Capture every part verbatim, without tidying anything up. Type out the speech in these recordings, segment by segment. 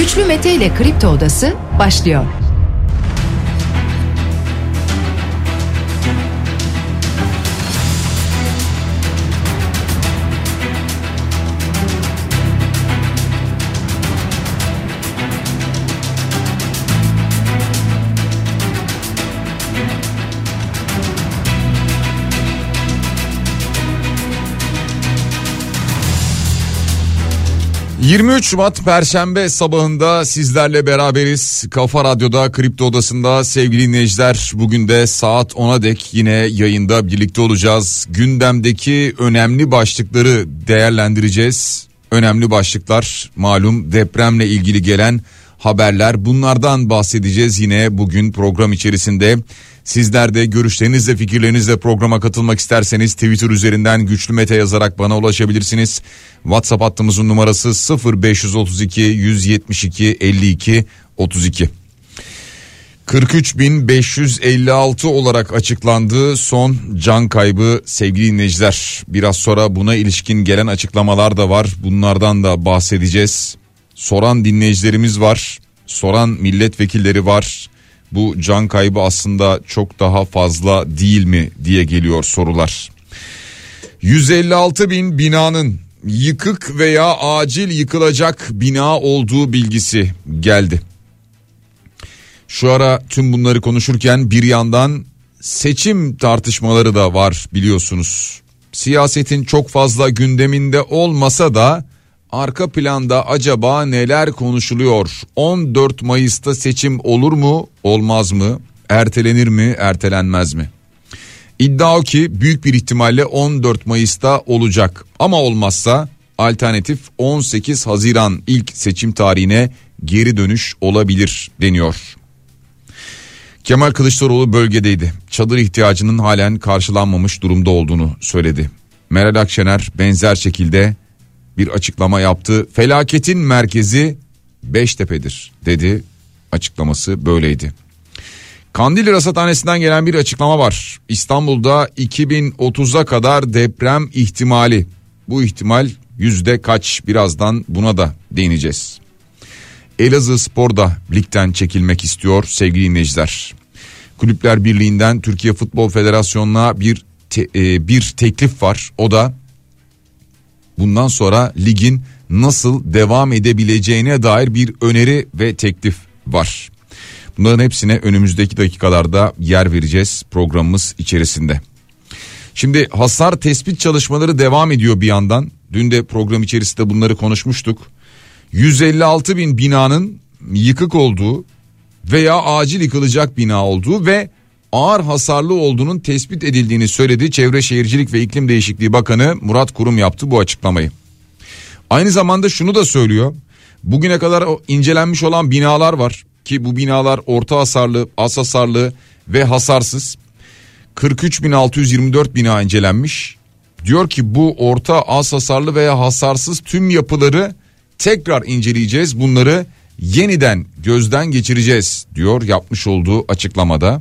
Güçlü Mete ile Kripto Odası başlıyor. yirmi üç Şubat Perşembe sabahında sizlerle beraberiz. Kafa Radyo'da, Kripto Odası'nda sevgili dinleyiciler, bugün de saat ona dek yine yayında birlikte olacağız. Gündemdeki önemli başlıkları değerlendireceğiz. Önemli başlıklar malum depremle ilgili gelen haberler, bunlardan bahsedeceğiz yine bugün program içerisinde. Sizler de görüşlerinizle, fikirlerinizle programa katılmak isterseniz Twitter üzerinden Güçlü Mete yazarak bana ulaşabilirsiniz. WhatsApp hattımızın numarası sıfır beş otuz iki yüz yetmiş iki elli iki otuz iki. kırk üç bin beş yüz elli altı olarak açıklandı son can kaybı sevgili dinleyiciler. Biraz sonra buna ilişkin gelen açıklamalar da var. Bunlardan da bahsedeceğiz. Soran dinleyicilerimiz var. Soran milletvekilleri var. Bu can kaybı aslında çok daha fazla değil mi diye geliyor sorular. yüz elli altı bin binanın yıkık veya acil yıkılacak bina olduğu bilgisi geldi. Şu ara tüm bunları konuşurken bir yandan seçim tartışmaları da var biliyorsunuz. Siyasetin çok fazla gündeminde olmasa da arka planda acaba neler konuşuluyor? on dört Mayıs'ta seçim olur mu, olmaz mı? Ertelenir mi, ertelenmez mi? İddia o ki büyük bir ihtimalle on dört Mayıs'ta olacak. Ama olmazsa alternatif on sekiz Haziran ilk seçim tarihine geri dönüş olabilir deniyor. Kemal Kılıçdaroğlu bölgedeydi. Çadır ihtiyacının halen karşılanmamış durumda olduğunu söyledi. Meral Akşener benzer şekilde bir açıklama yaptı. Felaketin merkezi Beştepe'dir dedi. Açıklaması böyleydi. Kandilli Rasathanesi'nden gelen bir açıklama var. İstanbul'da iki bin otuza kadar deprem ihtimali. Bu ihtimal yüzde kaç, birazdan buna da değineceğiz. Elazığspor da ligden çekilmek istiyor sevgili dinleyiciler. Kulüpler Birliği'nden Türkiye Futbol Federasyonu'na bir te, e, bir teklif var. O da bundan sonra ligin nasıl devam edebileceğine dair bir öneri ve teklif var. Bunların hepsine önümüzdeki dakikalarda yer vereceğiz programımız içerisinde. Şimdi hasar tespit çalışmaları devam ediyor bir yandan. Dün de program içerisinde bunları konuşmuştuk. yüz elli altı bin binanın yıkık olduğu veya acil yıkılacak bina olduğu ve ağır hasarlı olduğunun tespit edildiğini söyledi. Çevre Şehircilik ve İklim Değişikliği Bakanı Murat Kurum yaptı bu açıklamayı. Aynı zamanda şunu da söylüyor. Bugüne kadar incelenmiş olan binalar var ki bu binalar orta hasarlı, az hasarlı ve hasarsız. kırk üç bin altı yüz yirmi dört bina incelenmiş. Diyor ki bu orta, az hasarlı veya hasarsız tüm yapıları tekrar inceleyeceğiz. Bunları yeniden gözden geçireceğiz diyor yapmış olduğu açıklamada.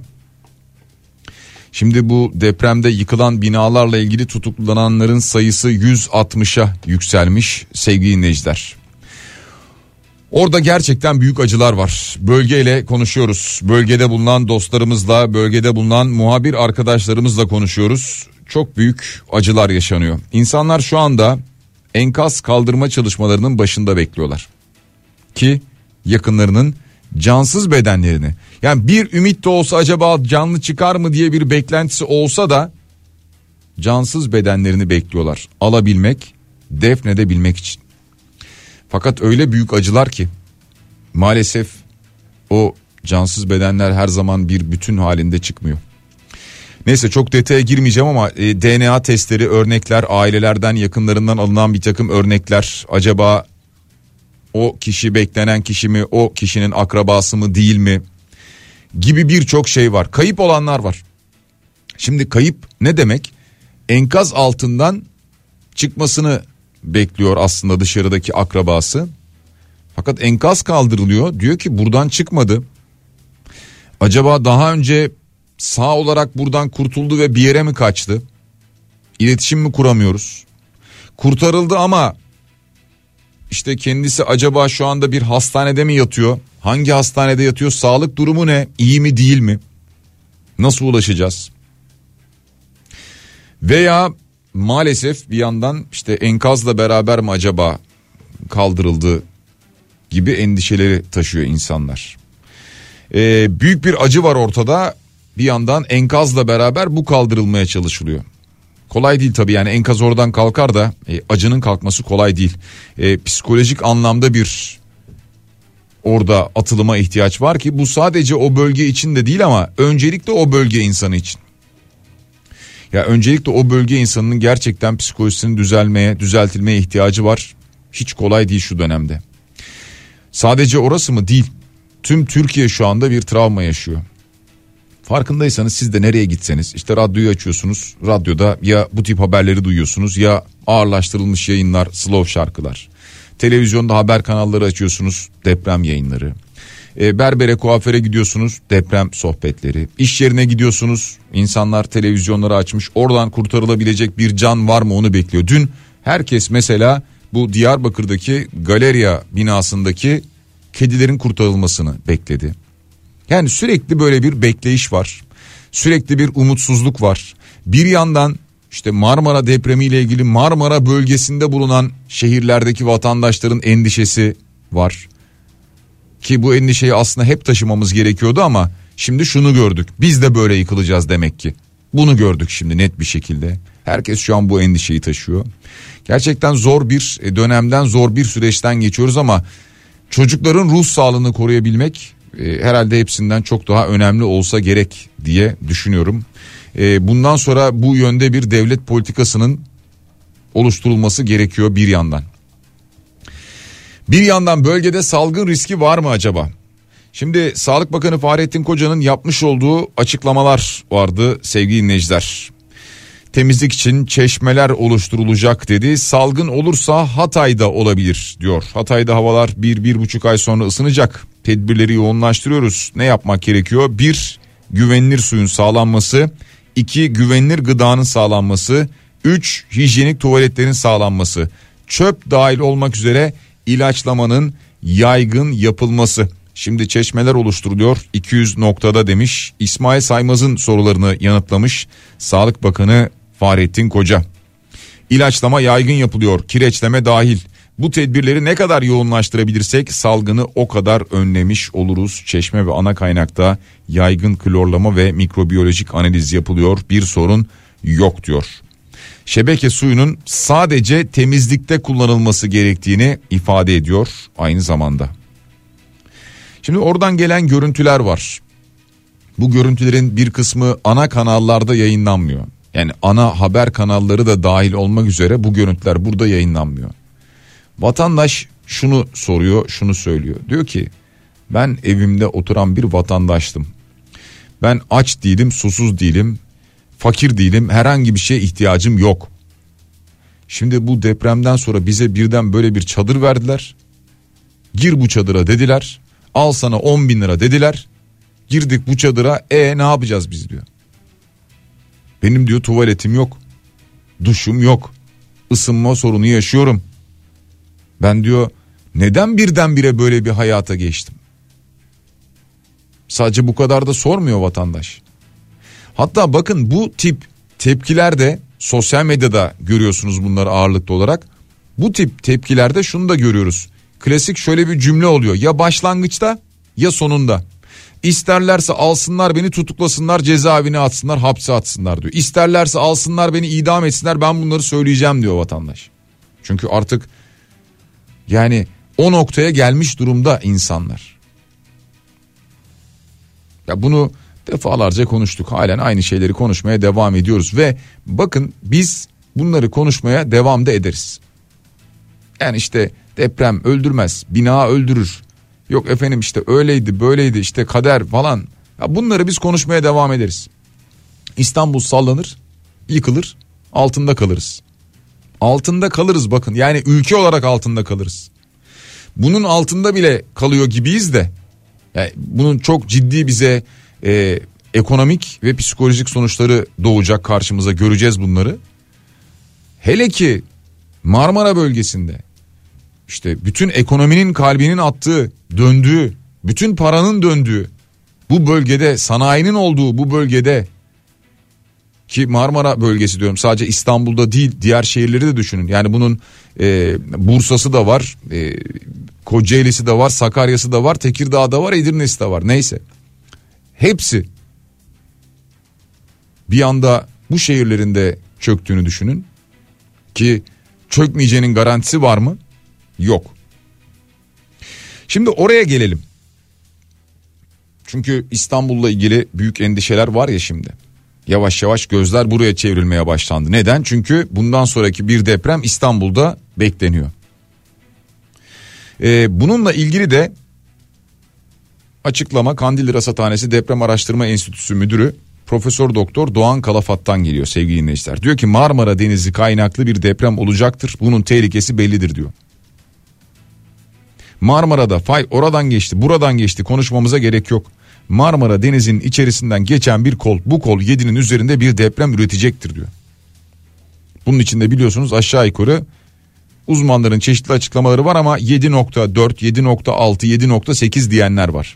Şimdi bu depremde yıkılan binalarla ilgili tutuklananların sayısı yüz altmışa yükselmiş sevgili dinleyiciler. Orada gerçekten büyük acılar var. Bölgeyle konuşuyoruz. Bölgede bulunan dostlarımızla, bölgede bulunan muhabir arkadaşlarımızla konuşuyoruz. Çok büyük acılar yaşanıyor. İnsanlar şu anda enkaz kaldırma çalışmalarının başında bekliyorlar. Ki yakınlarının cansız bedenlerini, yani bir ümit de olsa acaba canlı çıkar mı diye bir beklentisi olsa da cansız bedenlerini bekliyorlar. Alabilmek, defnedebilmek için. Fakat öyle büyük acılar ki maalesef o cansız bedenler her zaman bir bütün halinde çıkmıyor. Neyse çok detaya girmeyeceğim ama e, D N A testleri, örnekler, ailelerden, yakınlarından alınan bir takım örnekler, acaba o kişi beklenen kişi mi, o kişinin akrabası mı değil mi gibi birçok şey var. Kayıp olanlar var. Şimdi kayıp ne demek? Enkaz altından çıkmasını bekliyor aslında dışarıdaki akrabası. Fakat enkaz kaldırılıyor, diyor ki buradan çıkmadı. Acaba daha önce sağ olarak buradan kurtuldu ve bir yere mi kaçtı? İletişim mi kuramıyoruz? Kurtarıldı ama İşte kendisi acaba şu anda bir hastanede mi yatıyor? Hangi hastanede yatıyor? Sağlık durumu ne? İyi mi değil mi? Nasıl ulaşacağız? Veya maalesef bir yandan işte enkazla beraber mi acaba kaldırıldı gibi endişeleri taşıyor insanlar. Ee, büyük bir acı var ortada. Bir yandan enkazla beraber bu kaldırılmaya çalışılıyor. Kolay değil tabii, yani enkaz oradan kalkar da e, acının kalkması kolay değil. E, psikolojik anlamda bir orada atılıma ihtiyaç var ki bu sadece o bölge için de değil ama öncelikle o bölge insanı için. Ya öncelikle o bölge insanının gerçekten psikolojisinin düzelmeye, düzeltilmeye ihtiyacı var. Hiç kolay değil şu dönemde. Sadece orası mı? Değil. Tüm Türkiye şu anda bir travma yaşıyor. Farkındaysanız siz de nereye gitseniz işte radyoyu açıyorsunuz. Radyoda ya bu tip haberleri duyuyorsunuz ya ağırlaştırılmış yayınlar, slow şarkılar. Televizyonda haber kanalları açıyorsunuz, deprem yayınları. E, berbere, kuaföre gidiyorsunuz, deprem sohbetleri. İş yerine gidiyorsunuz, insanlar televizyonları açmış, oradan kurtarılabilecek bir can var mı onu bekliyor. Dün herkes mesela bu Diyarbakır'daki Galeriya binasındaki kedilerin kurtarılmasını bekledi. Yani sürekli böyle bir bekleyiş var. Sürekli bir umutsuzluk var. Bir yandan işte Marmara depremiyle ilgili Marmara bölgesinde bulunan şehirlerdeki vatandaşların endişesi var. Ki bu endişeyi aslında hep taşımamız gerekiyordu ama şimdi şunu gördük. Biz de böyle yıkılacağız demek ki. Bunu gördük şimdi net bir şekilde. Herkes şu an bu endişeyi taşıyor. Gerçekten zor bir dönemden, zor bir süreçten geçiyoruz ama çocukların ruh sağlığını koruyabilmek e, herhalde hepsinden çok daha önemli olsa gerek diye düşünüyorum. E, bundan sonra bu yönde bir devlet politikasının oluşturulması gerekiyor bir yandan. Bir yandan bölgede salgın riski var mı acaba? Şimdi Sağlık Bakanı Fahrettin Koca'nın yapmış olduğu açıklamalar vardı sevgili dinleyiciler. Temizlik için çeşmeler oluşturulacak dedi. Salgın olursa Hatay'da olabilir diyor. Hatay'da havalar bir, bir buçuk ay sonra ısınacak. Tedbirleri yoğunlaştırıyoruz. Ne yapmak gerekiyor? Bir, güvenilir suyun sağlanması. İki, güvenilir gıdanın sağlanması. Üç, hijyenik tuvaletlerin sağlanması. Çöp dahil olmak üzere ilaçlamanın yaygın yapılması. Şimdi çeşmeler oluşturuluyor iki yüz noktada demiş. İsmail Saymaz'ın sorularını yanıtlamış Sağlık Bakanı Fahrettin Koca. İlaçlama yaygın yapılıyor, kireçleme dahil. Bu tedbirleri ne kadar yoğunlaştırabilirsek salgını o kadar önlemiş oluruz. Çeşme ve ana kaynakta yaygın klorlama ve mikrobiyolojik analiz yapılıyor. Bir sorun yok diyor. Şebeke suyunun sadece temizlikte kullanılması gerektiğini ifade ediyor aynı zamanda. Şimdi oradan gelen görüntüler var. Bu görüntülerin bir kısmı ana kanallarda yayınlanmıyor. Yani ana haber kanalları da dahil olmak üzere bu görüntüler burada yayınlanmıyor. Vatandaş şunu soruyor, şunu söylüyor. Diyor ki ben evimde oturan bir vatandaştım. Ben aç değilim, susuz değilim, fakir değilim, herhangi bir şeye ihtiyacım yok. Şimdi bu depremden sonra bize birden böyle bir çadır verdiler. Gir bu çadıra dediler. Al sana on bin lira dediler. Girdik bu çadıra, e ne yapacağız biz diyor. Benim diyor tuvaletim yok. Duşum yok. Isınma sorunu yaşıyorum. Ben diyor neden birdenbire böyle bir hayata geçtim? Sadece bu kadar da sormuyor vatandaş. Hatta bakın bu tip tepkiler de sosyal medyada görüyorsunuz bunları ağırlıklı olarak. Bu tip tepkilerde şunu da görüyoruz. Klasik şöyle bir cümle oluyor. Ya başlangıçta ya sonunda. İsterlerse alsınlar beni, tutuklasınlar, cezaevine atsınlar, hapse atsınlar diyor. İsterlerse alsınlar beni, idam etsinler, ben bunları söyleyeceğim diyor vatandaş. Çünkü artık yani o noktaya gelmiş durumda insanlar. Ya bunu defalarca konuştuk, halen aynı şeyleri konuşmaya devam ediyoruz ve bakın biz bunları konuşmaya devam da ederiz. Yani işte deprem öldürmez, bina öldürür. Yok efendim işte öyleydi böyleydi işte kader falan. Ya bunları biz konuşmaya devam ederiz. İstanbul sallanır, yıkılır, altında kalırız. Altında kalırız bakın, yani ülke olarak altında kalırız. Bunun altında bile kalıyor gibiyiz de. Yani bunun çok ciddi bize e, ekonomik ve psikolojik sonuçları doğacak, karşımıza göreceğiz bunları. Hele ki Marmara bölgesinde işte bütün ekonominin kalbinin attığı, döndüğü, bütün paranın döndüğü bu bölgede, sanayinin olduğu bu bölgede, ki Marmara bölgesi diyorum, sadece İstanbul'da değil diğer şehirleri de düşünün. Yani bunun e, Bursa'sı da var, e, Kocaeli'si de var, Sakarya'sı da var, Tekirdağ'da da var, Edirne'si de var, neyse. Hepsi bir anda bu şehirlerinde çöktüğünü düşünün ki çökmeyeceğinin garantisi var mı? Yok. Şimdi oraya gelelim. Çünkü İstanbul'la ilgili büyük endişeler var ya şimdi. Yavaş yavaş gözler buraya çevrilmeye başlandı. Neden? Çünkü bundan sonraki bir deprem İstanbul'da bekleniyor. Ee, bununla ilgili de açıklama Kandilli Rasathanesi Deprem Araştırma Enstitüsü Müdürü Profesör Doktor Doğan Kalafat'tan geliyor sevgili dinleyiciler. Diyor ki Marmara Denizi kaynaklı bir deprem olacaktır. Bunun tehlikesi bellidir diyor. Marmara'da fay oradan geçti, buradan geçti, konuşmamıza gerek yok. Marmara Denizi'nin içerisinden geçen bir kol, bu kol yedinin üzerinde bir deprem üretecektir diyor. Bunun içinde biliyorsunuz aşağı yukarı uzmanların çeşitli açıklamaları var ama yedi nokta dört, yedi nokta altı, yedi nokta sekiz diyenler var.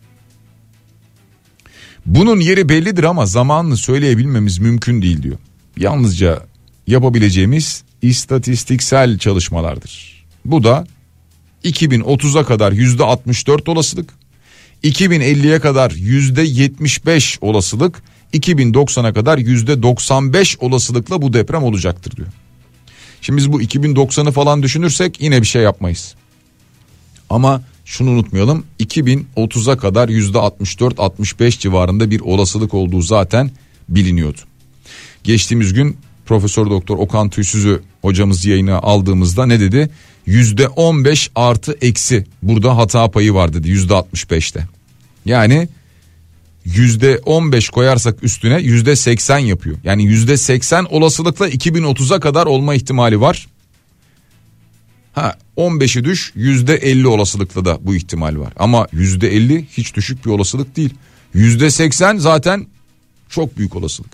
Bunun yeri bellidir ama zamanını söyleyebilmemiz mümkün değil diyor. Yalnızca yapabileceğimiz istatistiksel çalışmalardır. Bu da iki bin otuza kadar yüzde altmış dört olasılık, iki bin elliye kadar yüzde yetmiş beş olasılık, iki bin doksana kadar yüzde doksan beş olasılıkla bu deprem olacaktır diyor. Şimdi biz bu iki bin doksanı falan düşünürsek yine bir şey yapmayız. Ama şunu unutmayalım, iki bin otuza kadar yüzde altmış dört altmış beş civarında bir olasılık olduğu zaten biliniyordu. Geçtiğimiz gün Profesör Doktor Okan Tüysüz'ü hocamız yayına aldığımızda ne dedi? yüzde on beş artı eksi burada hata payı var dedi yüzde altmış beşte. Yani yüzde on beş koyarsak üstüne yüzde seksen yapıyor. Yani yüzde seksen olasılıkla iki bin otuza kadar olma ihtimali var. Ha on beşi düş, yüzde elli olasılıkla da bu ihtimal var. Ama yüzde elli hiç düşük bir olasılık değil. yüzde seksen zaten çok büyük olasılık.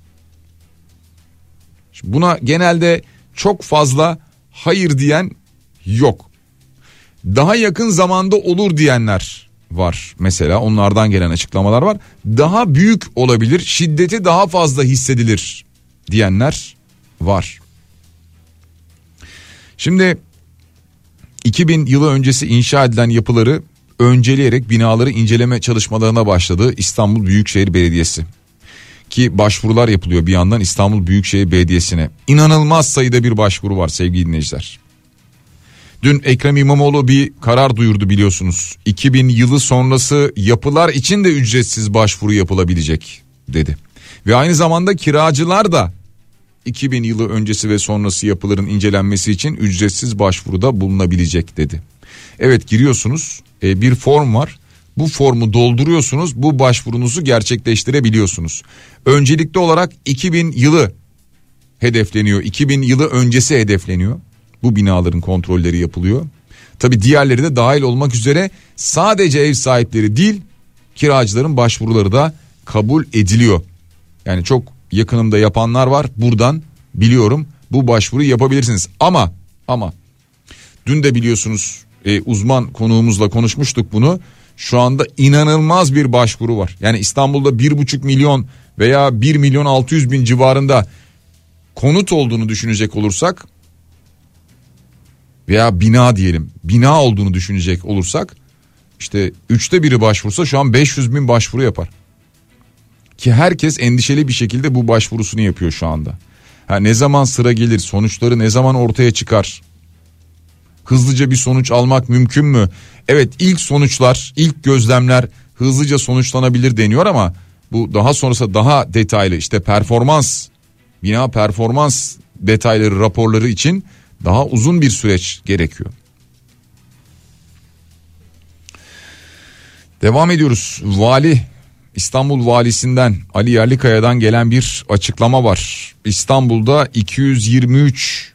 Şimdi buna genelde çok fazla hayır diyen yok. Daha yakın zamanda olur diyenler var. Mesela onlardan gelen açıklamalar var. Daha büyük olabilir, şiddeti daha fazla hissedilir diyenler var. Şimdi iki bin yılı öncesi inşa edilen yapıları önceleyerek binaları inceleme çalışmalarına başladı İstanbul Büyükşehir Belediyesi. Ki başvurular yapılıyor bir yandan İstanbul Büyükşehir Belediyesi'ne. İnanılmaz sayıda bir başvuru var sevgili dinleyiciler. Dün Ekrem İmamoğlu bir karar duyurdu biliyorsunuz. iki bin yılı sonrası yapılar için de ücretsiz başvuru yapılabilecek dedi. Ve aynı zamanda kiracılar da iki bin yılı öncesi ve sonrası yapıların incelenmesi için ücretsiz başvuruda bulunabilecek dedi. Evet, giriyorsunuz, e, bir form var. Bu formu dolduruyorsunuz, bu başvurunuzu gerçekleştirebiliyorsunuz. Öncelikli olarak iki bin yılı hedefleniyor. iki bin yılı öncesi hedefleniyor. Bu binaların kontrolleri yapılıyor. Tabii diğerleri de dahil olmak üzere sadece ev sahipleri değil, kiracıların başvuruları da kabul ediliyor. Yani çok yakınımda yapanlar var. Buradan biliyorum, bu başvuruyu yapabilirsiniz. Ama ama dün de biliyorsunuz e, uzman konuğumuzla konuşmuştuk bunu. Şu anda inanılmaz bir başvuru var. Yani İstanbul'da bir buçuk milyon veya bir milyon altı yüz bin civarında konut olduğunu düşünecek olursak veya bina diyelim, bina olduğunu düşünecek olursak işte üçte biri başvursa şu an beş yüz bin başvuru yapar. Ki herkes endişeli bir şekilde bu başvurusunu yapıyor şu anda. Ha, ne zaman sıra gelir, sonuçları ne zaman ortaya çıkar? Hızlıca bir sonuç almak mümkün mü? Evet, ilk sonuçlar, ilk gözlemler hızlıca sonuçlanabilir deniyor ama bu daha sonrası daha detaylı, işte performans, bina performans detayları, raporları için daha uzun bir süreç gerekiyor. Devam ediyoruz. Vali, İstanbul valisinden Ali Yerlikaya'dan gelen bir açıklama var. İstanbul'da iki yüz yirmi üç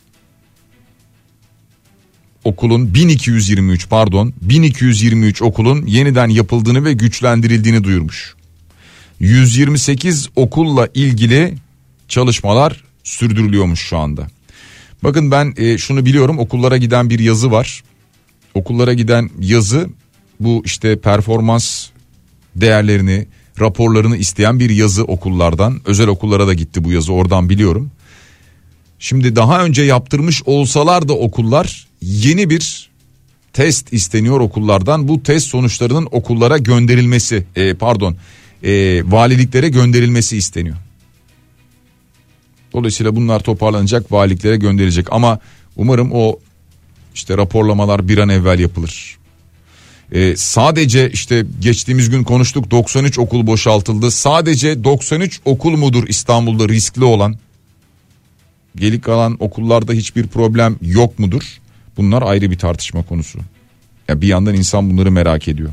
okulun bin iki yüz yirmi üç pardon bin iki yüz yirmi üç okulun yeniden yapıldığını ve güçlendirildiğini duyurmuş. yüz yirmi sekiz okulla ilgili çalışmalar sürdürülüyormuş şu anda. Bakın ben e, şunu biliyorum, okullara giden bir yazı var. Okullara giden yazı bu işte performans değerlerini, raporlarını isteyen bir yazı okullardan. Özel okullara da gitti bu yazı, oradan biliyorum. Şimdi daha önce yaptırmış olsalar da okullar yeni bir test isteniyor okullardan. Bu test sonuçlarının okullara gönderilmesi e, pardon e, valiliklere gönderilmesi isteniyor. Dolayısıyla bunlar toparlanacak, valiliklere gönderilecek ama umarım o işte raporlamalar bir an evvel yapılır. Ee, sadece işte geçtiğimiz gün konuştuk, doksan üç okul boşaltıldı. Sadece doksan üç okul mudur İstanbul'da riskli olan? Geri kalan okullarda hiçbir problem yok mudur? Bunlar ayrı bir tartışma konusu. Ya bir yandan insan bunları merak ediyor.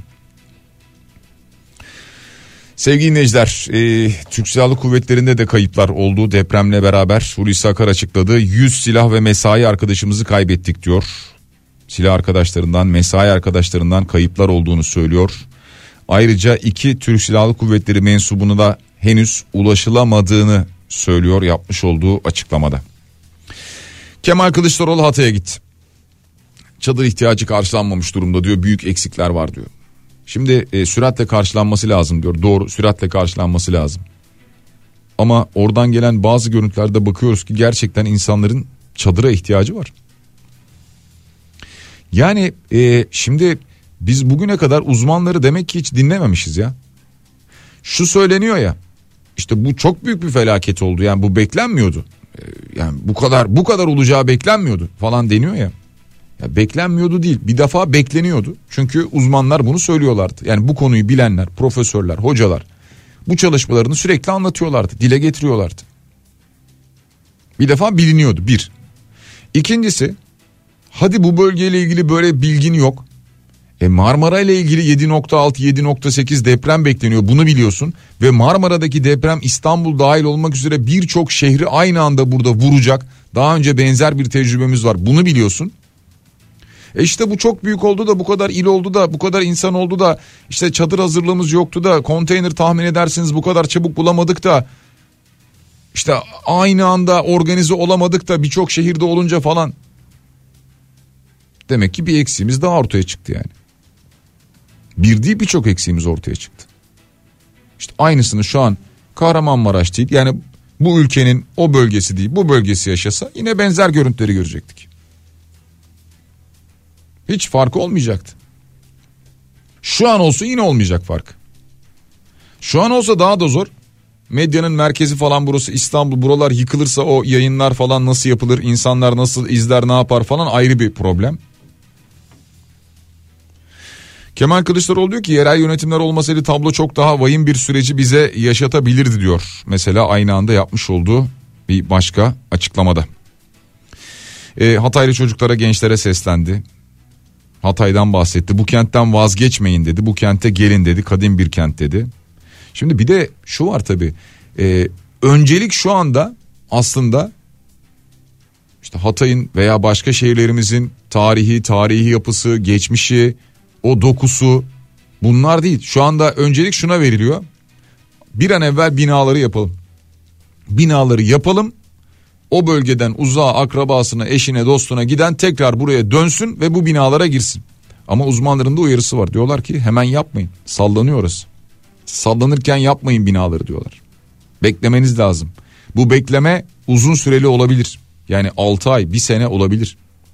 Sevgili dinleyiciler, e, Türk Silahlı Kuvvetleri'nde de kayıplar oldu depremle beraber. Hulusi Akar açıkladı. yüz silah ve mesai arkadaşımızı kaybettik diyor. Silah arkadaşlarından, mesai arkadaşlarından kayıplar olduğunu söylüyor. Ayrıca iki Türk Silahlı Kuvvetleri mensubunu da henüz ulaşılamadığını söylüyor yapmış olduğu açıklamada. Kemal Kılıçdaroğlu Hatay'a gitti. Çadır ihtiyacı karşılanmamış durumda diyor, büyük eksikler var diyor. Şimdi e, süratle karşılanması lazım diyor. Doğru, süratle karşılanması lazım. Ama oradan gelen bazı görüntülerde bakıyoruz ki gerçekten insanların çadıra ihtiyacı var. Yani e, şimdi biz bugüne kadar uzmanları demek ki hiç dinlememişiz ya. Şu söyleniyor ya, işte bu çok büyük bir felaket oldu, yani bu beklenmiyordu. E, yani bu kadar bu kadar olacağı beklenmiyordu falan deniyor ya. Ya beklenmiyordu değil, bir defa bekleniyordu. Çünkü uzmanlar bunu söylüyorlardı. Yani bu konuyu bilenler, profesörler, hocalar bu çalışmalarını sürekli anlatıyorlardı, dile getiriyorlardı. Bir defa biliniyordu bir. İkincisi, hadi bu bölgeyle ilgili böyle bilgin yok. E Marmara ile ilgili yedi nokta altı yedi nokta sekiz deprem bekleniyor, bunu biliyorsun. Ve Marmara'daki deprem İstanbul dahil olmak üzere birçok şehri aynı anda burada vuracak. Daha önce benzer bir tecrübemiz var, bunu biliyorsun. E işte bu çok büyük oldu da, bu kadar il oldu da, bu kadar insan oldu da, işte çadır hazırlığımız yoktu da, konteyner tahmin edersiniz bu kadar çabuk bulamadık da, işte aynı anda organize olamadık da birçok şehirde olunca falan. Demek ki bir eksiğimiz daha ortaya çıktı yani. Bir değil, birçok eksiğimiz ortaya çıktı. İşte aynısını şu an Kahramanmaraş değil, yani bu ülkenin o bölgesi değil, bu bölgesi yaşasa yine benzer görüntüleri görecektik. Hiç farkı olmayacaktı. Şu an olsa yine olmayacak fark. Şu an olsa daha da zor. Medyanın merkezi falan burası İstanbul, buralar yıkılırsa o yayınlar falan nasıl yapılır, insanlar nasıl izler, ne yapar falan ayrı bir problem. Kemal Kılıçdaroğlu diyor ki yerel yönetimler olmasaydı tablo çok daha vahim bir süreci bize yaşatabilirdi diyor. Mesela aynı anda yapmış olduğu bir başka açıklamada. E, Hataylı çocuklara, gençlere seslendi. Hatay'dan bahsetti. Bu kentten vazgeçmeyin dedi. Bu kente gelin dedi. Kadim bir kent dedi. Şimdi bir de şu var tabii. E, öncelik şu anda aslında işte Hatay'ın veya başka şehirlerimizin tarihi, tarihi yapısı, geçmişi, o dokusu, bunlar değil. Şu anda öncelik şuna veriliyor. Bir an evvel binaları yapalım. Binaları yapalım. O bölgeden uzağa akrabasına, eşine, dostuna giden tekrar buraya dönsün ve bu binalara girsin. Ama uzmanların da uyarısı var. Diyorlar ki hemen yapmayın. Sallanıyor orası. Sallanırken yapmayın binaları diyorlar. Beklemeniz lazım. Bu bekleme uzun süreli olabilir. Yani altı ay, bir sene olabilir.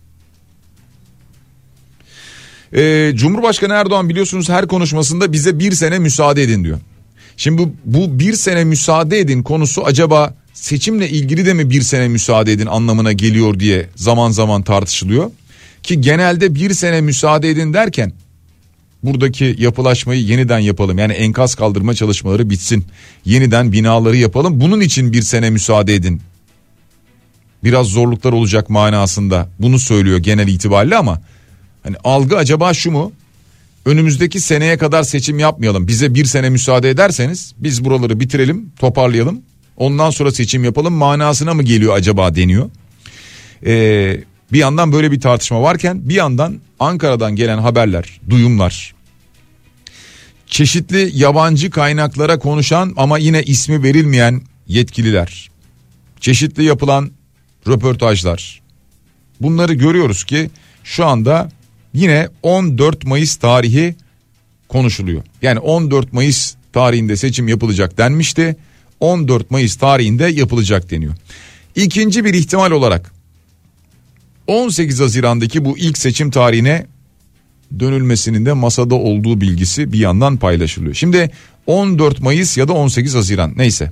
Ee, Cumhurbaşkanı Erdoğan biliyorsunuz her konuşmasında bize bir sene müsaade edin diyor. Şimdi bu, bu bir sene müsaade edin konusu acaba seçimle ilgili de mi bir sene müsaade edin anlamına geliyor diye zaman zaman tartışılıyor. Ki genelde bir sene müsaade edin derken buradaki yapılaşmayı yeniden yapalım. Yani enkaz kaldırma çalışmaları bitsin. Yeniden binaları yapalım. Bunun için bir sene müsaade edin. Biraz zorluklar olacak manasında bunu söylüyor genel itibariyle ama hani algı acaba şu mu? Önümüzdeki seneye kadar seçim yapmayalım. Bize bir sene müsaade ederseniz biz buraları bitirelim, toparlayalım. Ondan sonra seçim yapalım manasına mı geliyor acaba deniyor. Ee, bir yandan böyle bir tartışma varken bir yandan Ankara'dan gelen haberler, duyumlar, çeşitli yabancı kaynaklara konuşan ama yine ismi verilmeyen yetkililer, çeşitli yapılan röportajlar, Bunları görüyoruz ki şu anda yine on dört Mayıs tarihi konuşuluyor. Yani on dört Mayıs tarihinde seçim yapılacak denmişti. on dört Mayıs tarihinde yapılacak deniyor. İkinci bir ihtimal olarak on sekiz Haziran'daki bu ilk seçim tarihine dönülmesinin de masada olduğu bilgisi bir yandan paylaşılıyor. Şimdi on dört Mayıs ya da on sekiz Haziran neyse.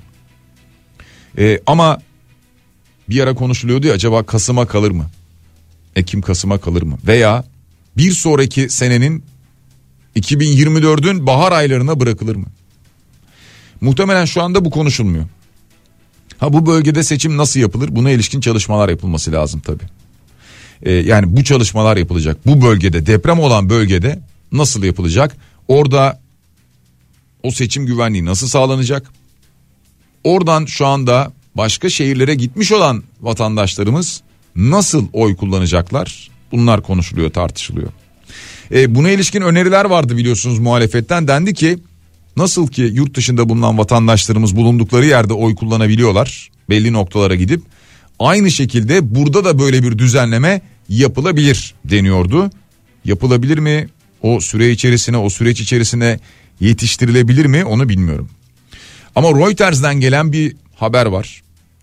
Ee, ama bir ara konuşuluyordu ya, acaba Kasım'a kalır mı? Ekim Kasım'a kalır mı? Veya bir sonraki senenin iki bin yirmi dördün bahar aylarına bırakılır mı? Muhtemelen şu anda bu konuşulmuyor. Ha, bu bölgede seçim nasıl yapılır? Buna ilişkin çalışmalar yapılması lazım tabii. Ee, yani bu çalışmalar yapılacak. Bu bölgede, deprem olan bölgede nasıl yapılacak? Orada o seçim güvenliği nasıl sağlanacak? Oradan şu anda başka şehirlere gitmiş olan vatandaşlarımız nasıl oy kullanacaklar? Bunlar konuşuluyor, tartışılıyor. Ee, buna ilişkin öneriler vardı biliyorsunuz muhalefetten. Dendi ki nasıl ki yurt dışında bulunan vatandaşlarımız bulundukları yerde oy kullanabiliyorlar belli noktalara gidip, aynı şekilde burada da böyle bir düzenleme yapılabilir deniyordu. Yapılabilir mi? O süre içerisine, o süreç içerisine yetiştirilebilir mi? Onu bilmiyorum. Ama Reuters'den gelen bir haber var.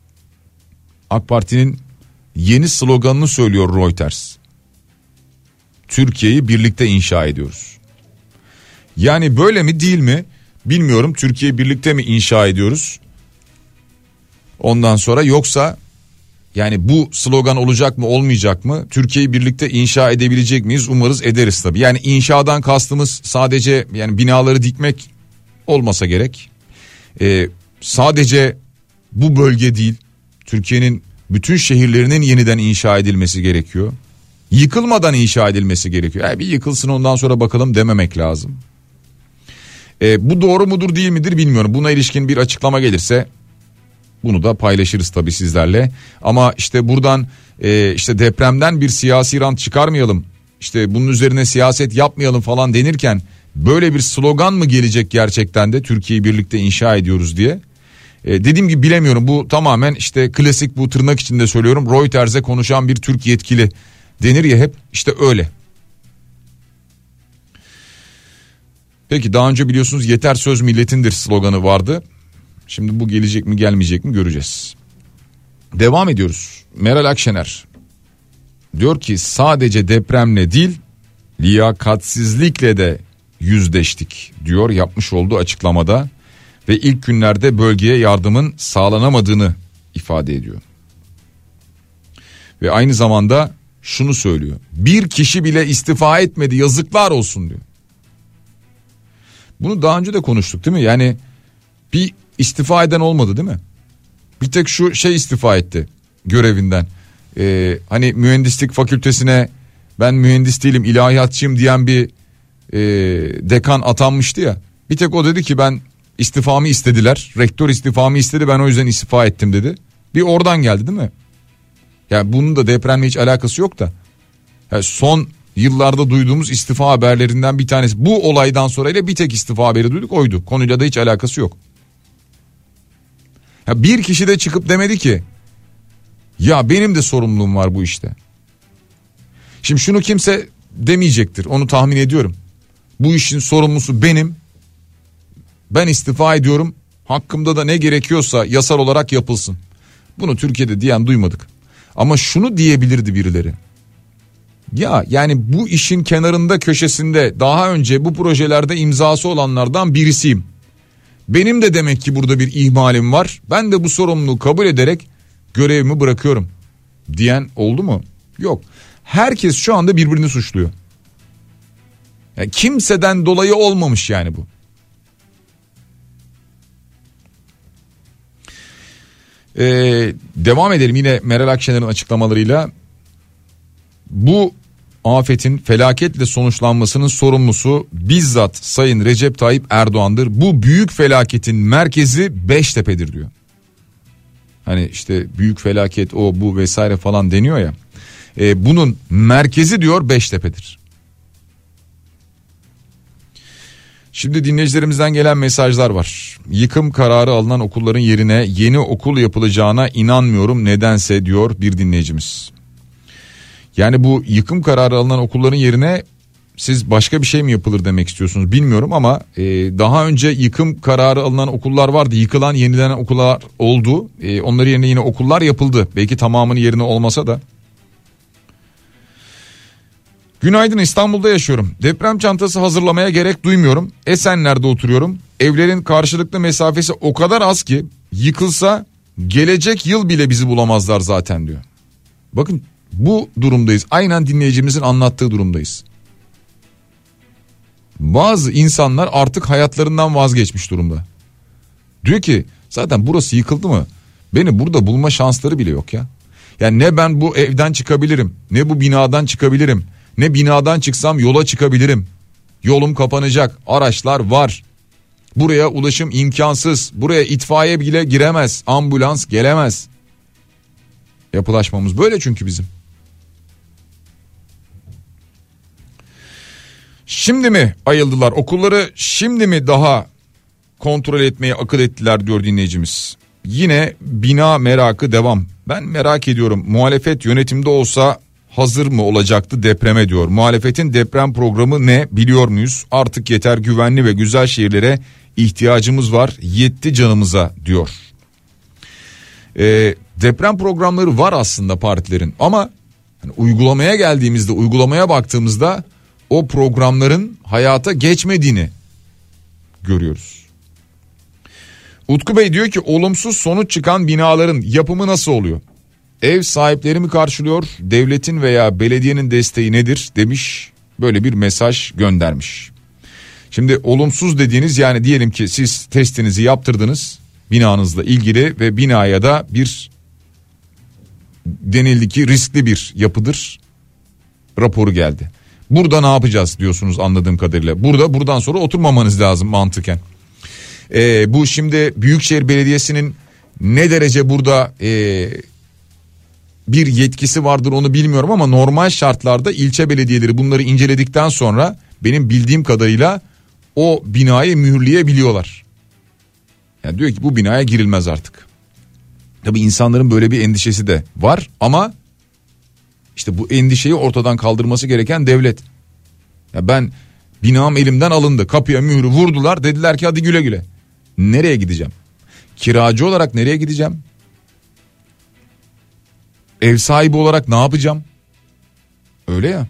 AK Parti'nin yeni sloganını söylüyor Reuters. Türkiye'yi birlikte inşa ediyoruz. Yani böyle mi değil mi bilmiyorum. Türkiye'yi birlikte mi inşa ediyoruz? Ondan sonra yoksa yani bu slogan olacak mı olmayacak mı? Türkiye'yi birlikte inşa edebilecek miyiz? Umarız ederiz tabii. Yani inşadan kastımız sadece yani binaları dikmek olmasa gerek. Ee, sadece bu bölge değil, Türkiye'nin bütün şehirlerinin yeniden inşa edilmesi gerekiyor. Yıkılmadan inşa edilmesi gerekiyor. Yani bir yıkılsın ondan sonra bakalım dememek lazım. Ee, bu doğru mudur değil midir bilmiyorum. Buna ilişkin bir açıklama gelirse bunu da paylaşırız tabii sizlerle. Ama işte buradan e, işte depremden bir siyasi rant çıkarmayalım, İşte bunun üzerine siyaset yapmayalım falan denirken böyle bir slogan mı gelecek gerçekten de Türkiye'yi birlikte inşa ediyoruz diye. E, dediğim gibi bilemiyorum, bu tamamen işte klasik, bu tırnak içinde söylüyorum, Reuters'e konuşan bir Türk yetkili denir ya hep, işte öyle. Peki daha önce biliyorsunuz yeter söz milletindir sloganı vardı. Şimdi bu gelecek mi gelmeyecek mi göreceğiz. Devam ediyoruz. Meral Akşener diyor ki sadece depremle değil liyakatsizlikle de yüzleştik diyor yapmış olduğu açıklamada ve ilk günlerde bölgeye yardımın sağlanamadığını ifade ediyor. Ve aynı zamanda şunu söylüyor: bir kişi bile istifa etmedi, yazıklar olsun diyor. Bunu daha önce de konuştuk değil mi? Yani bir istifa eden olmadı değil mi? Bir tek şu şey istifa etti görevinden. Ee, hani mühendislik fakültesine ben mühendis değilim ilahiyatçıyım diyen bir e, dekan atanmıştı ya. Bir tek o dedi ki ben istifamı istediler. Rektör istifamı istedi, ben o yüzden istifa ettim dedi. Bir oradan geldi değil mi? Yani bunun da depremle hiç alakası yok da. Yani son yıllarda duyduğumuz istifa haberlerinden bir tanesi. Bu olaydan sonra ile bir tek istifa haberi duyduk, oydu. Konuyla da hiç alakası yok. Ya bir kişi de çıkıp demedi ki ya benim de sorumluluğum var bu işte. Şimdi şunu kimse demeyecektir, onu tahmin ediyorum. Bu işin sorumlusu benim. Ben istifa ediyorum. Hakkımda da ne gerekiyorsa yasal olarak yapılsın. Bunu Türkiye'de diyen duymadık. Ama şunu diyebilirdi birileri. Ya yani bu işin kenarında köşesinde daha önce bu projelerde imzası olanlardan birisiyim. Benim de demek ki burada bir ihmalim var. Ben de bu sorumluluğu kabul ederek görevimi bırakıyorum diyen oldu mu? Yok. Herkes şu anda birbirini suçluyor. Yani kimseden dolayı olmamış yani bu. Ee, devam edelim yine Meral Akşener'in açıklamalarıyla. Bu afetin felaketle sonuçlanmasının sorumlusu bizzat Sayın Recep Tayyip Erdoğan'dır. Bu büyük felaketin merkezi Beştepe'dir diyor. Hani işte büyük felaket o bu vesaire falan deniyor ya. E, bunun merkezi diyor Beştepe'dir. Şimdi dinleyicilerimizden gelen mesajlar var. Yıkım kararı alınan okulların yerine yeni okul yapılacağına inanmıyorum nedense diyor bir dinleyicimiz. Yani bu yıkım kararı alınan okulların yerine siz başka bir şey mi yapılır demek istiyorsunuz bilmiyorum ama e, daha önce yıkım kararı alınan okullar vardı. Yıkılan, yenilenen okullar oldu. E, onların yerine yine okullar yapıldı. Belki tamamının yerine olmasa da. Günaydın, İstanbul'da yaşıyorum. Deprem çantası hazırlamaya gerek duymuyorum. Esenler'de oturuyorum. Evlerin karşılıklı mesafesi o kadar az ki yıkılsa gelecek yıl bile bizi bulamazlar zaten diyor. Bakın bu durumdayız. Aynen dinleyicimizin anlattığı durumdayız. Bazı insanlar artık hayatlarından vazgeçmiş durumda. Diyor ki zaten burası yıkıldı mı? Beni burada bulma şansları bile yok ya. Yani ne ben bu evden çıkabilirim, ne bu binadan çıkabilirim, ne binadan çıksam yola çıkabilirim. Yolum kapanacak, araçlar var. Buraya ulaşım imkansız. Buraya itfaiye bile giremez, ambulans gelemez. Yapılaşmamız böyle çünkü bizim. Şimdi mi ayıldılar? Okulları şimdi mi daha kontrol etmeye akıl ettiler diyor dinleyicimiz. Yine bina merakı devam. Ben merak ediyorum, muhalefet yönetimde olsa hazır mı olacaktı depreme diyor. Muhalefetin deprem programı ne biliyor muyuz? Artık yeter, güvenli ve güzel şehirlere ihtiyacımız var, yetti canımıza diyor. Ee, deprem programları var aslında partilerin ama yani uygulamaya geldiğimizde, uygulamaya baktığımızda o programların hayata geçmediğini görüyoruz. Utku Bey diyor ki olumsuz sonuç çıkan binaların yapımı nasıl oluyor? Ev sahipleri mi karşılıyor? Devletin veya belediyenin desteği nedir demiş. Böyle bir mesaj göndermiş. Şimdi olumsuz dediğiniz, yani diyelim ki siz testinizi yaptırdınız binanızla ilgili ve binaya da bir denildi ki riskli bir yapıdır raporu geldi. Burada ne yapacağız diyorsunuz anladığım kadarıyla. Burada buradan sonra oturmamanız lazım mantıken. Ee, bu şimdi Büyükşehir Belediyesi'nin ne derece burada e, bir yetkisi vardır onu bilmiyorum ama normal şartlarda ilçe belediyeleri bunları inceledikten sonra benim bildiğim kadarıyla o binayı mühürleyebiliyorlar. Yani diyor ki bu binaya girilmez artık. Tabii insanların böyle bir endişesi de var ama işte bu endişeyi ortadan kaldırması gereken devlet. Ya ben binam elimden alındı, kapıya mührü vurdular, dediler ki hadi güle güle. Nereye gideceğim? Kiracı olarak nereye gideceğim? Ev sahibi olarak ne yapacağım? Öyle ya.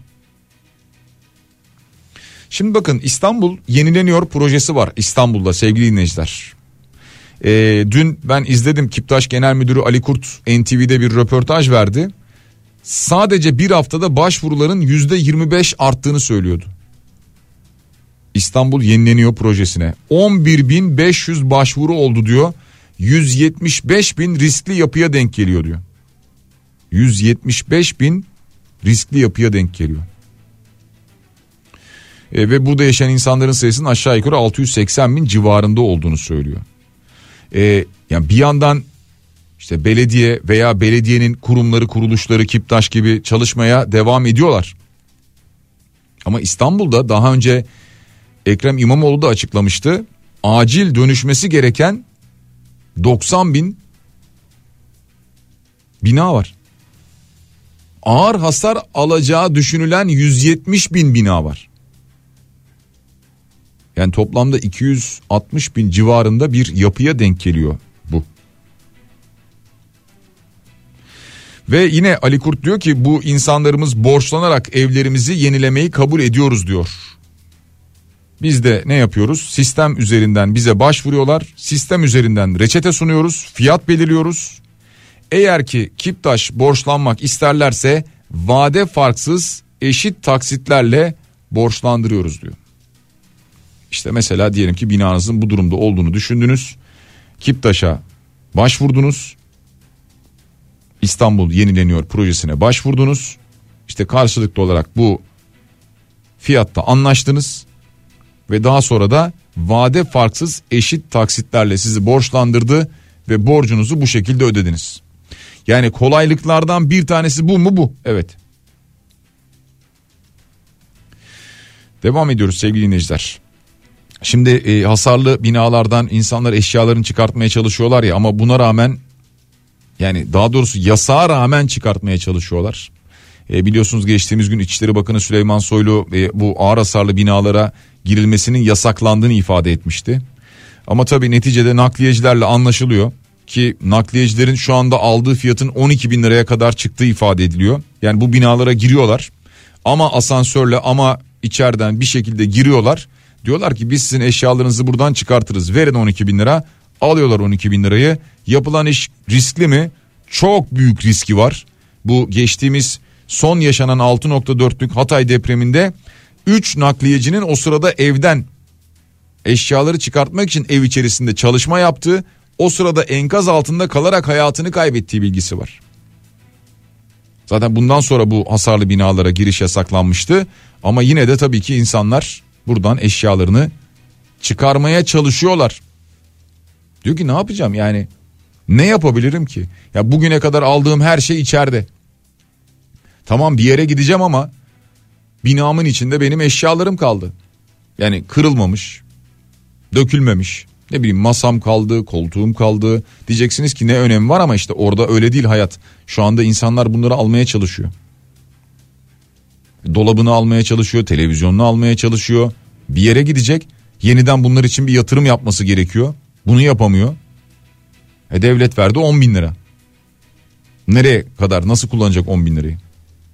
Şimdi bakın, İstanbul yenileniyor projesi var İstanbul'da sevgili dinleyiciler. Ee, dün ben izledim, Kiptaş Genel Müdürü Ali Kurt N T V'de bir röportaj verdi. Sadece bir haftada başvuruların yüzde yirmi beş arttığını söylüyordu. İstanbul yenileniyor projesine on bir bin beş yüz başvuru oldu diyor. yüz yetmiş beş bin riskli yapıya denk geliyor diyor. yüz yetmiş beş bin riskli yapıya denk geliyor. E, ve burada yaşayan insanların sayısının aşağı yukarı altı yüz seksen bin civarında olduğunu söylüyor. E, yani bir yandan işte belediye veya belediyenin kurumları, kuruluşları, Kiptaş gibi çalışmaya devam ediyorlar. Ama İstanbul'da daha önce Ekrem İmamoğlu da açıklamıştı. Acil dönüşmesi gereken doksan bin bina var. Ağır hasar alacağı düşünülen yüz yetmiş bin bina var. Yani toplamda iki yüz altmış bin civarında bir yapıya denk geliyor bu. Ve yine Ali Kurt diyor ki bu insanlarımız borçlanarak evlerimizi yenilemeyi kabul ediyoruz diyor. Biz de ne yapıyoruz? Sistem üzerinden bize başvuruyorlar. Sistem üzerinden reçete sunuyoruz. Fiyat belirliyoruz. Eğer ki Kiptaş borçlanmak isterlerse vade farksız eşit taksitlerle borçlandırıyoruz diyor. İşte mesela diyelim ki binanızın bu durumda olduğunu düşündünüz. Kiptaş'a başvurdunuz. İstanbul yenileniyor projesine başvurdunuz. İşte karşılıklı olarak bu fiyatta anlaştınız. Ve daha sonra da vade farksız eşit taksitlerle sizi borçlandırdı ve borcunuzu bu şekilde ödediniz. Yani kolaylıklardan bir tanesi bu mu? Bu. Evet. Devam ediyoruz sevgili dinleyiciler. Şimdi e, hasarlı binalardan insanlar eşyalarını çıkartmaya çalışıyorlar ya, ama buna rağmen, yani daha doğrusu yasağa rağmen çıkartmaya çalışıyorlar. E, biliyorsunuz geçtiğimiz gün İçişleri Bakanı Süleyman Soylu e, bu ağır hasarlı binalara girilmesinin yasaklandığını ifade etmişti. Ama tabii neticede nakliyecilerle anlaşılıyor ki nakliyecilerin şu anda aldığı fiyatın on iki bin liraya kadar çıktığı ifade ediliyor. Yani bu binalara giriyorlar ama asansörle ama içeriden bir şekilde giriyorlar. Diyorlar ki biz sizin eşyalarınızı buradan çıkartırız, verin on iki bin lira. Alıyorlar on iki bin lirayı. Yapılan iş riskli mi? Çok büyük riski var. Bu geçtiğimiz son yaşanan altı nokta dörtlük Hatay depreminde üç nakliyecinin o sırada evden eşyaları çıkartmak için ev içerisinde çalışma yaptığı, o sırada enkaz altında kalarak hayatını kaybettiği bilgisi var. Zaten bundan sonra bu hasarlı binalara giriş yasaklanmıştı ama yine de tabii ki insanlar buradan eşyalarını çıkarmaya çalışıyorlar. Diyor ki ne yapacağım yani, ne yapabilirim ki? Ya bugüne kadar aldığım her şey içeride. Tamam, bir yere gideceğim ama binamın içinde benim eşyalarım kaldı. Yani kırılmamış, dökülmemiş. Ne bileyim, masam kaldı, koltuğum kaldı. Diyeceksiniz ki ne önemi var, ama işte orada öyle değil hayat. Şu anda insanlar bunları almaya çalışıyor. Dolabını almaya çalışıyor, televizyonunu almaya çalışıyor. Bir yere gidecek, yeniden bunlar için bir yatırım yapması gerekiyor. Bunu yapamıyor. E devlet verdi on bin lira. Nereye kadar, nasıl kullanacak on bin lirayı?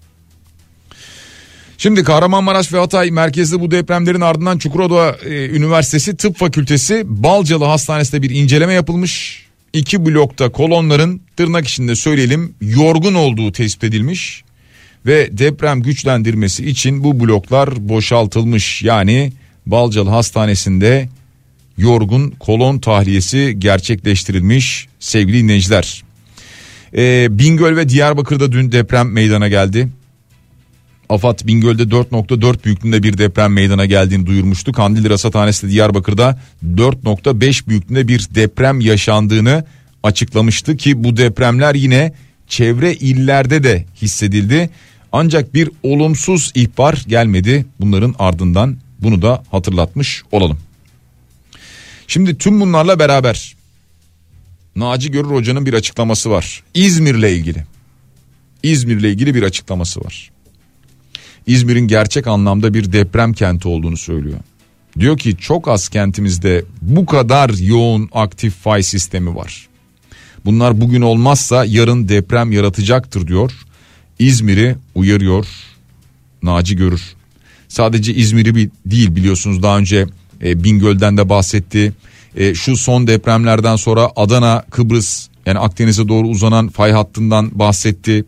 Şimdi Kahramanmaraş ve Hatay merkezli bu depremlerin ardından Çukurova e, Üniversitesi Tıp Fakültesi Balcalı Hastanesi'nde bir inceleme yapılmış. İki blokta kolonların, tırnak içinde söyleyelim, yorgun olduğu tespit edilmiş. Ve deprem güçlendirmesi için bu bloklar boşaltılmış. Yani Balcalı Hastanesi'nde yorgun kolon tahliyesi gerçekleştirilmiş sevgili dinleyiciler. E, Bingöl ve Diyarbakır'da dün deprem meydana geldi. AFAD Bingöl'de dört nokta dört büyüklüğünde bir deprem meydana geldiğini duyurmuştu. Kandilli Rasathanesi de Diyarbakır'da dört nokta beş büyüklüğünde bir deprem yaşandığını açıklamıştı ki bu depremler yine çevre illerde de hissedildi. Ancak bir olumsuz ihbar gelmedi bunların ardından, bunu da hatırlatmış olalım. Şimdi tüm bunlarla beraber Naci Görür Hoca'nın bir açıklaması var. İzmir'le ilgili. İzmir'le ilgili bir açıklaması var. İzmir'in gerçek anlamda bir deprem kenti olduğunu söylüyor. Diyor ki çok az kentimizde bu kadar yoğun aktif fay sistemi var. Bunlar bugün olmazsa yarın deprem yaratacaktır diyor. İzmir'i uyarıyor Naci Görür. Sadece İzmir'i değil, biliyorsunuz daha önce e, Bingöl'den de bahsetti. E, şu son depremlerden sonra Adana, Kıbrıs, yani Akdeniz'e doğru uzanan fay hattından bahsetti.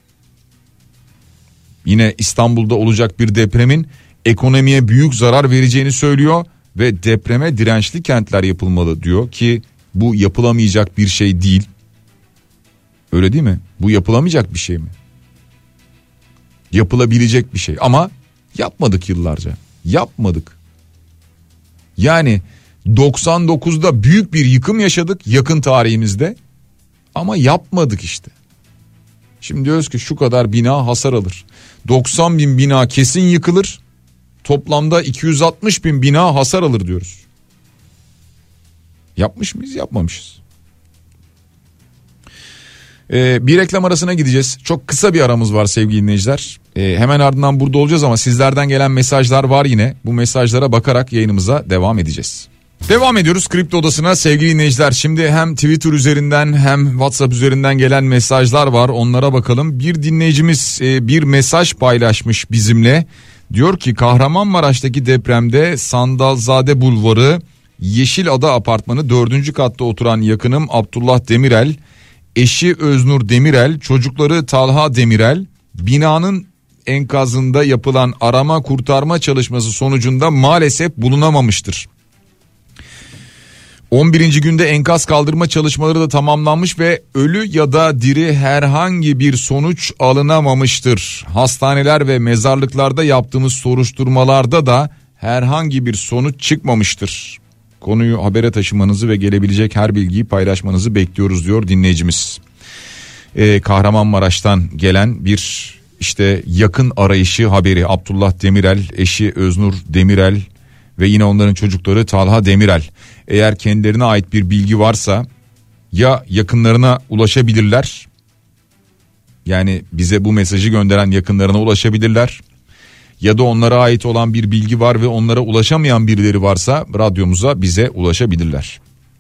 Yine İstanbul'da olacak bir depremin ekonomiye büyük zarar vereceğini söylüyor ve depreme dirençli kentler yapılmalı diyor ki bu yapılamayacak bir şey değil. Öyle değil mi? Bu yapılamayacak bir şey mi? Yapılabilecek bir şey ama yapmadık yıllarca. Yapmadık. Yani doksan dokuzda büyük bir yıkım yaşadık yakın tarihimizde ama yapmadık işte. Şimdi diyoruz ki şu kadar bina hasar alır. doksan bin bina kesin yıkılır. Toplamda iki yüz altmış bin bina hasar alır diyoruz. Yapmış mıyız? Yapmamışız. Ee, bir reklam arasına gideceğiz. Çok kısa bir aramız var sevgili dinleyiciler. Ee, hemen ardından burada olacağız ama sizlerden gelen mesajlar var yine. Bu mesajlara bakarak yayınımıza devam edeceğiz. Devam ediyoruz Kripto Odası'na sevgili dinleyiciler. Şimdi hem Twitter üzerinden hem WhatsApp üzerinden gelen mesajlar var, onlara bakalım. Bir dinleyicimiz e, bir mesaj paylaşmış bizimle. Diyor ki Kahramanmaraş'taki depremde Sandalzade Bulvarı Yeşilada Apartmanı dördüncü katta oturan yakınım Abdullah Demirel, eşi Öznur Demirel, çocukları Talha Demirel binanın enkazında yapılan arama kurtarma çalışması sonucunda maalesef bulunamamıştır. on birinci günde enkaz kaldırma çalışmaları da tamamlanmış ve ölü ya da diri herhangi bir sonuç alınamamıştır. Hastaneler ve mezarlıklarda yaptığımız soruşturmalarda da herhangi bir sonuç çıkmamıştır. Konuyu habere taşımanızı ve gelebilecek her bilgiyi paylaşmanızı bekliyoruz diyor dinleyicimiz. Ee, Kahramanmaraş'tan gelen bir işte yakın arayışı haberi. Abdullah Demirel, eşi Öznur Demirel ve yine onların çocukları Talha Demirel. Eğer kendilerine ait bir bilgi varsa ya yakınlarına ulaşabilirler Yani bize bu mesajı gönderen yakınlarına ulaşabilirler. Ya da onlara ait olan bir bilgi var ve onlara ulaşamayan birileri varsa radyomuza, bize ulaşabilirler.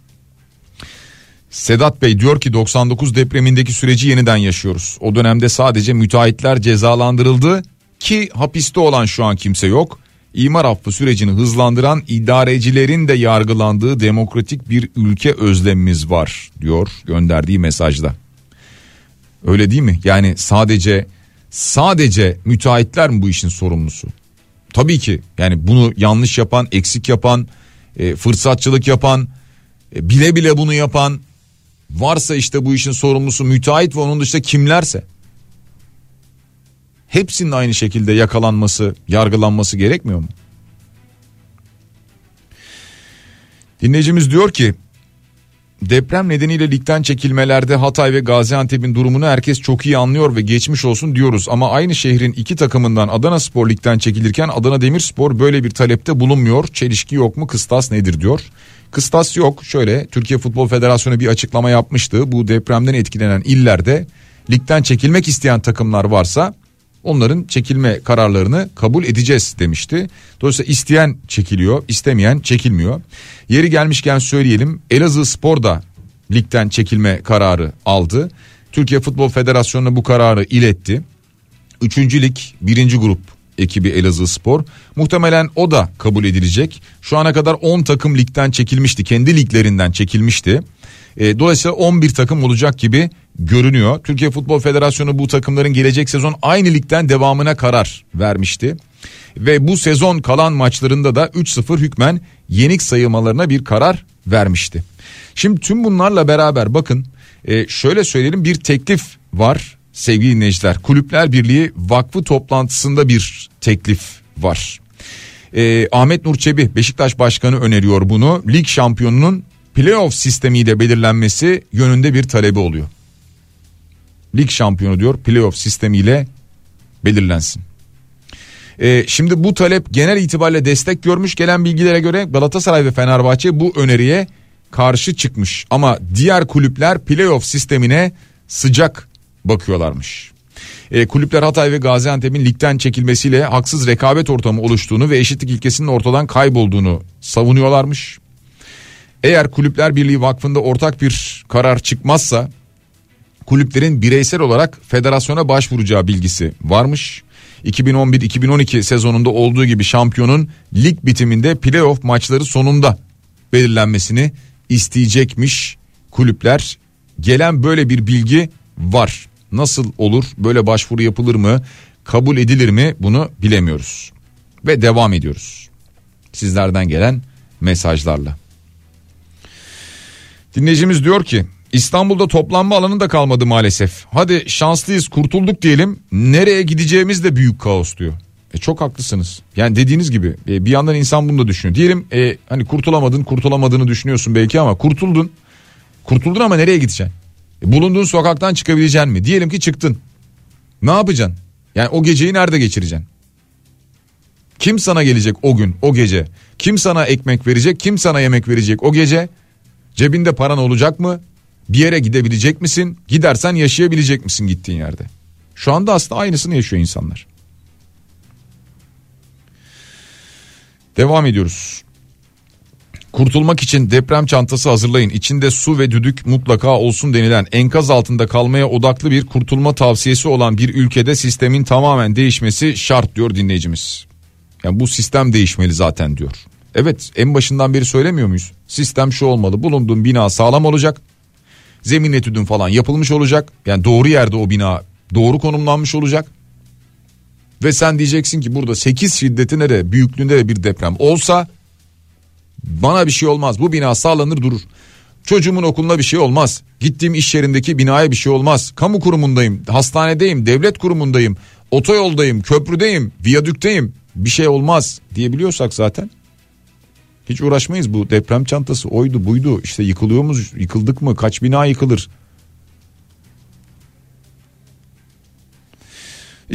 Sedat Bey diyor ki doksan dokuz depremindeki süreci yeniden yaşıyoruz. O dönemde sadece müteahhitler cezalandırıldı ki hapiste olan şu an kimse yok. İmar affı sürecini hızlandıran idarecilerin de yargılandığı demokratik bir ülke özlemimiz var diyor gönderdiği mesajda. Öyle değil mi? Yani sadece sadece müteahhitler mi bu işin sorumlusu? Tabii ki yani bunu yanlış yapan, eksik yapan, e, fırsatçılık yapan, e, bile bile bunu yapan varsa işte bu işin sorumlusu müteahhit ve onun dışında kimlerse hepsinin aynı şekilde yakalanması, yargılanması gerekmiyor mu? Dinleyicimiz diyor ki deprem nedeniyle ligden çekilmelerde Hatay ve Gaziantep'in durumunu herkes çok iyi anlıyor ve geçmiş olsun diyoruz. Ama aynı şehrin iki takımından Adanaspor ligden çekilirken Adana Demirspor böyle bir talepte bulunmuyor. Çelişki yok mu? Kıstas nedir diyor. Kıstas yok. Şöyle, Türkiye Futbol Federasyonu bir açıklama yapmıştı. Bu depremden etkilenen illerde ligden çekilmek isteyen takımlar varsa onların çekilme kararlarını kabul edeceğiz demişti. Dolayısıyla isteyen çekiliyor, istemeyen çekilmiyor. Yeri gelmişken söyleyelim, Elazığspor da ligden çekilme kararı aldı. Türkiye Futbol Federasyonu'na bu kararı iletti. Üçüncü lig birinci grup ekibi Elazığspor. Muhtemelen o da kabul edilecek. Şu ana kadar on takım ligden çekilmişti, kendi liglerinden çekilmişti. E, dolayısıyla on bir takım olacak gibi görünüyor. Türkiye Futbol Federasyonu bu takımların gelecek sezon aynı ligden devamına karar vermişti. Ve bu sezon kalan maçlarında da üç sıfır hükmen yenik sayılmalarına bir karar vermişti. Şimdi tüm bunlarla beraber bakın e, şöyle söyleyelim, bir teklif var sevgili dinleyiciler. Kulüpler Birliği Vakfı toplantısında bir teklif var. E, Ahmet Nur Çebi Beşiktaş Başkanı öneriyor bunu. Lig şampiyonunun playoff sistemiyle belirlenmesi yönünde bir talebi oluyor. Lig şampiyonu diyor playoff sistemiyle belirlensin. Ee, şimdi bu talep genel itibariyle destek görmüş, gelen bilgilere göre Galatasaray ve Fenerbahçe bu öneriye karşı çıkmış. Ama diğer kulüpler playoff sistemine sıcak bakıyorlarmış. Ee, kulüpler Hatay ve Gaziantep'in ligden çekilmesiyle haksız rekabet ortamı oluştuğunu ve eşitlik ilkesinin ortadan kaybolduğunu savunuyorlarmış. Eğer Kulüpler Birliği Vakfı'nda ortak bir karar çıkmazsa kulüplerin bireysel olarak federasyona başvuracağı bilgisi varmış. iki bin on bir iki bin on iki sezonunda olduğu gibi şampiyonun lig bitiminde playoff maçları sonunda belirlenmesini isteyecekmiş kulüpler. Gelen böyle bir bilgi var. Nasıl olur? Böyle başvuru yapılır mı? Kabul edilir mi? Bunu bilemiyoruz. Ve devam ediyoruz sizlerden gelen mesajlarla. Dinleyicimiz diyor ki İstanbul'da toplanma alanı da kalmadı maalesef. Hadi şanslıyız, kurtulduk diyelim. Nereye gideceğimiz de büyük kaos diyor. E çok haklısınız. Yani dediğiniz gibi e, bir yandan insan bunu da düşünüyor. Diyelim e, hani kurtulamadın, kurtulamadığını düşünüyorsun belki ama kurtuldun. Kurtuldun ama nereye gideceksin? E, bulunduğun sokaktan çıkabileceksin mi? Diyelim ki çıktın. Ne yapacaksın? Yani o geceyi nerede geçireceksin? Kim sana gelecek o gün, o gece? Kim sana ekmek verecek? Kim sana yemek verecek o gece? Cebinde paran olacak mı? Bir yere gidebilecek misin? Gidersen yaşayabilecek misin gittiğin yerde? Şu anda aslında aynısını yaşıyor insanlar. Devam ediyoruz. Kurtulmak için deprem çantası hazırlayın. İçinde su ve düdük mutlaka olsun denilen, enkaz altında kalmaya odaklı bir kurtulma tavsiyesi olan bir ülkede sistemin tamamen değişmesi şart diyor dinleyicimiz. Yani bu sistem değişmeli zaten diyor. Evet, en başından beri söylemiyor muyuz? Sistem şu olmalı: bulunduğun bina sağlam olacak. Zemin etüdün falan yapılmış olacak. Yani doğru yerde o bina doğru konumlanmış olacak. Ve sen diyeceksin ki burada sekiz şiddetinde de büyüklüğünde de bir deprem olsa bana bir şey olmaz. Bu bina sağlanır durur. Çocuğumun okuluna bir şey olmaz. Gittiğim iş yerindeki binaya bir şey olmaz. Kamu kurumundayım, hastanedeyim, devlet kurumundayım, otoyoldayım, köprüdeyim, viyadükteyim. Bir şey olmaz diyebiliyorsak zaten hiç uğraşmayız. Bu deprem çantası oydu buydu, işte yıkılıyor muyuz, yıkıldık mı, kaç bina yıkılır.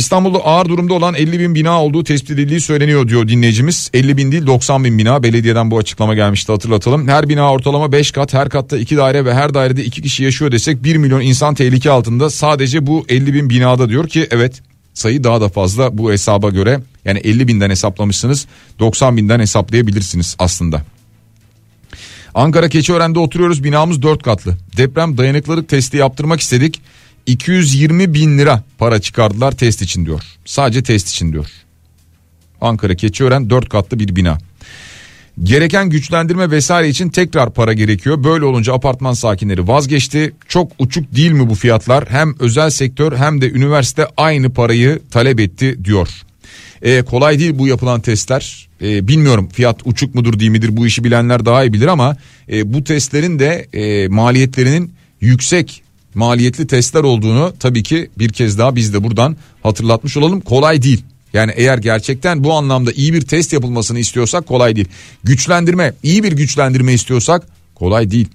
İstanbul'da ağır durumda olan elli bin bina olduğu tespit edildiği söyleniyor diyor dinleyicimiz. elli bin değil doksan bin bina, belediyeden bu açıklama gelmişti, hatırlatalım. Her bina ortalama beş kat, her katta iki daire ve her dairede iki kişi yaşıyor desek bir milyon insan tehlike altında sadece bu elli bin binada diyor ki evet, sayı daha da fazla bu hesaba göre. Yani elli binden hesaplamışsınız, doksan binden hesaplayabilirsiniz aslında. Ankara Keçiören'de oturuyoruz, binamız dört katlı. Deprem dayanıklılık testi yaptırmak istedik. iki yüz yirmi bin lira para çıkardılar test için diyor. Sadece test için diyor. Ankara Keçiören dört katlı bir bina. Gereken güçlendirme vesaire için tekrar para gerekiyor. Böyle olunca apartman sakinleri vazgeçti. Çok uçuk değil mi bu fiyatlar? Hem özel sektör hem de üniversite aynı parayı talep etti diyor. E, kolay değil bu yapılan testler. E, bilmiyorum fiyat uçuk mudur değil midir, bu işi bilenler daha iyi bilir ama e, bu testlerin de e, maliyetlerinin yüksek maliyetli testler olduğunu tabii ki bir kez daha biz de buradan hatırlatmış olalım. Kolay değil. Yani eğer gerçekten bu anlamda iyi bir test yapılmasını istiyorsak kolay değil. Güçlendirme, iyi bir güçlendirme istiyorsak kolay değil.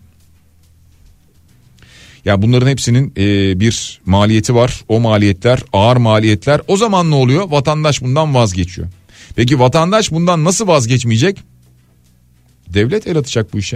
Ya bunların hepsinin e, bir maliyeti var. O maliyetler ağır maliyetler. O zaman ne oluyor? Vatandaş bundan vazgeçiyor. Peki vatandaş bundan nasıl vazgeçmeyecek? Devlet el atacak bu işe.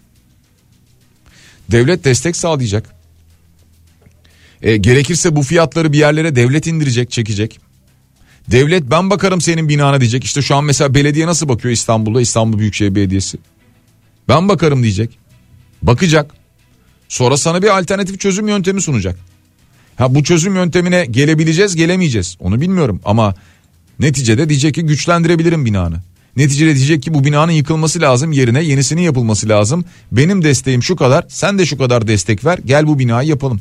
Devlet destek sağlayacak. E, gerekirse bu fiyatları bir yerlere devlet indirecek, çekecek. Devlet ben bakarım senin binana diyecek. İşte şu an mesela belediye nasıl bakıyor İstanbul'da, İstanbul Büyükşehir Belediyesi? Ben bakarım diyecek. Bakacak. Sonra sana bir alternatif çözüm yöntemi sunacak. Ha bu çözüm yöntemine gelebileceğiz, gelemeyeceğiz. Onu bilmiyorum ama neticede diyecek ki güçlendirebilirim binanı. Neticede diyecek ki bu binanın yıkılması lazım, yerine yenisinin yapılması lazım. Benim desteğim şu kadar, sen de şu kadar destek ver, gel bu binayı yapalım.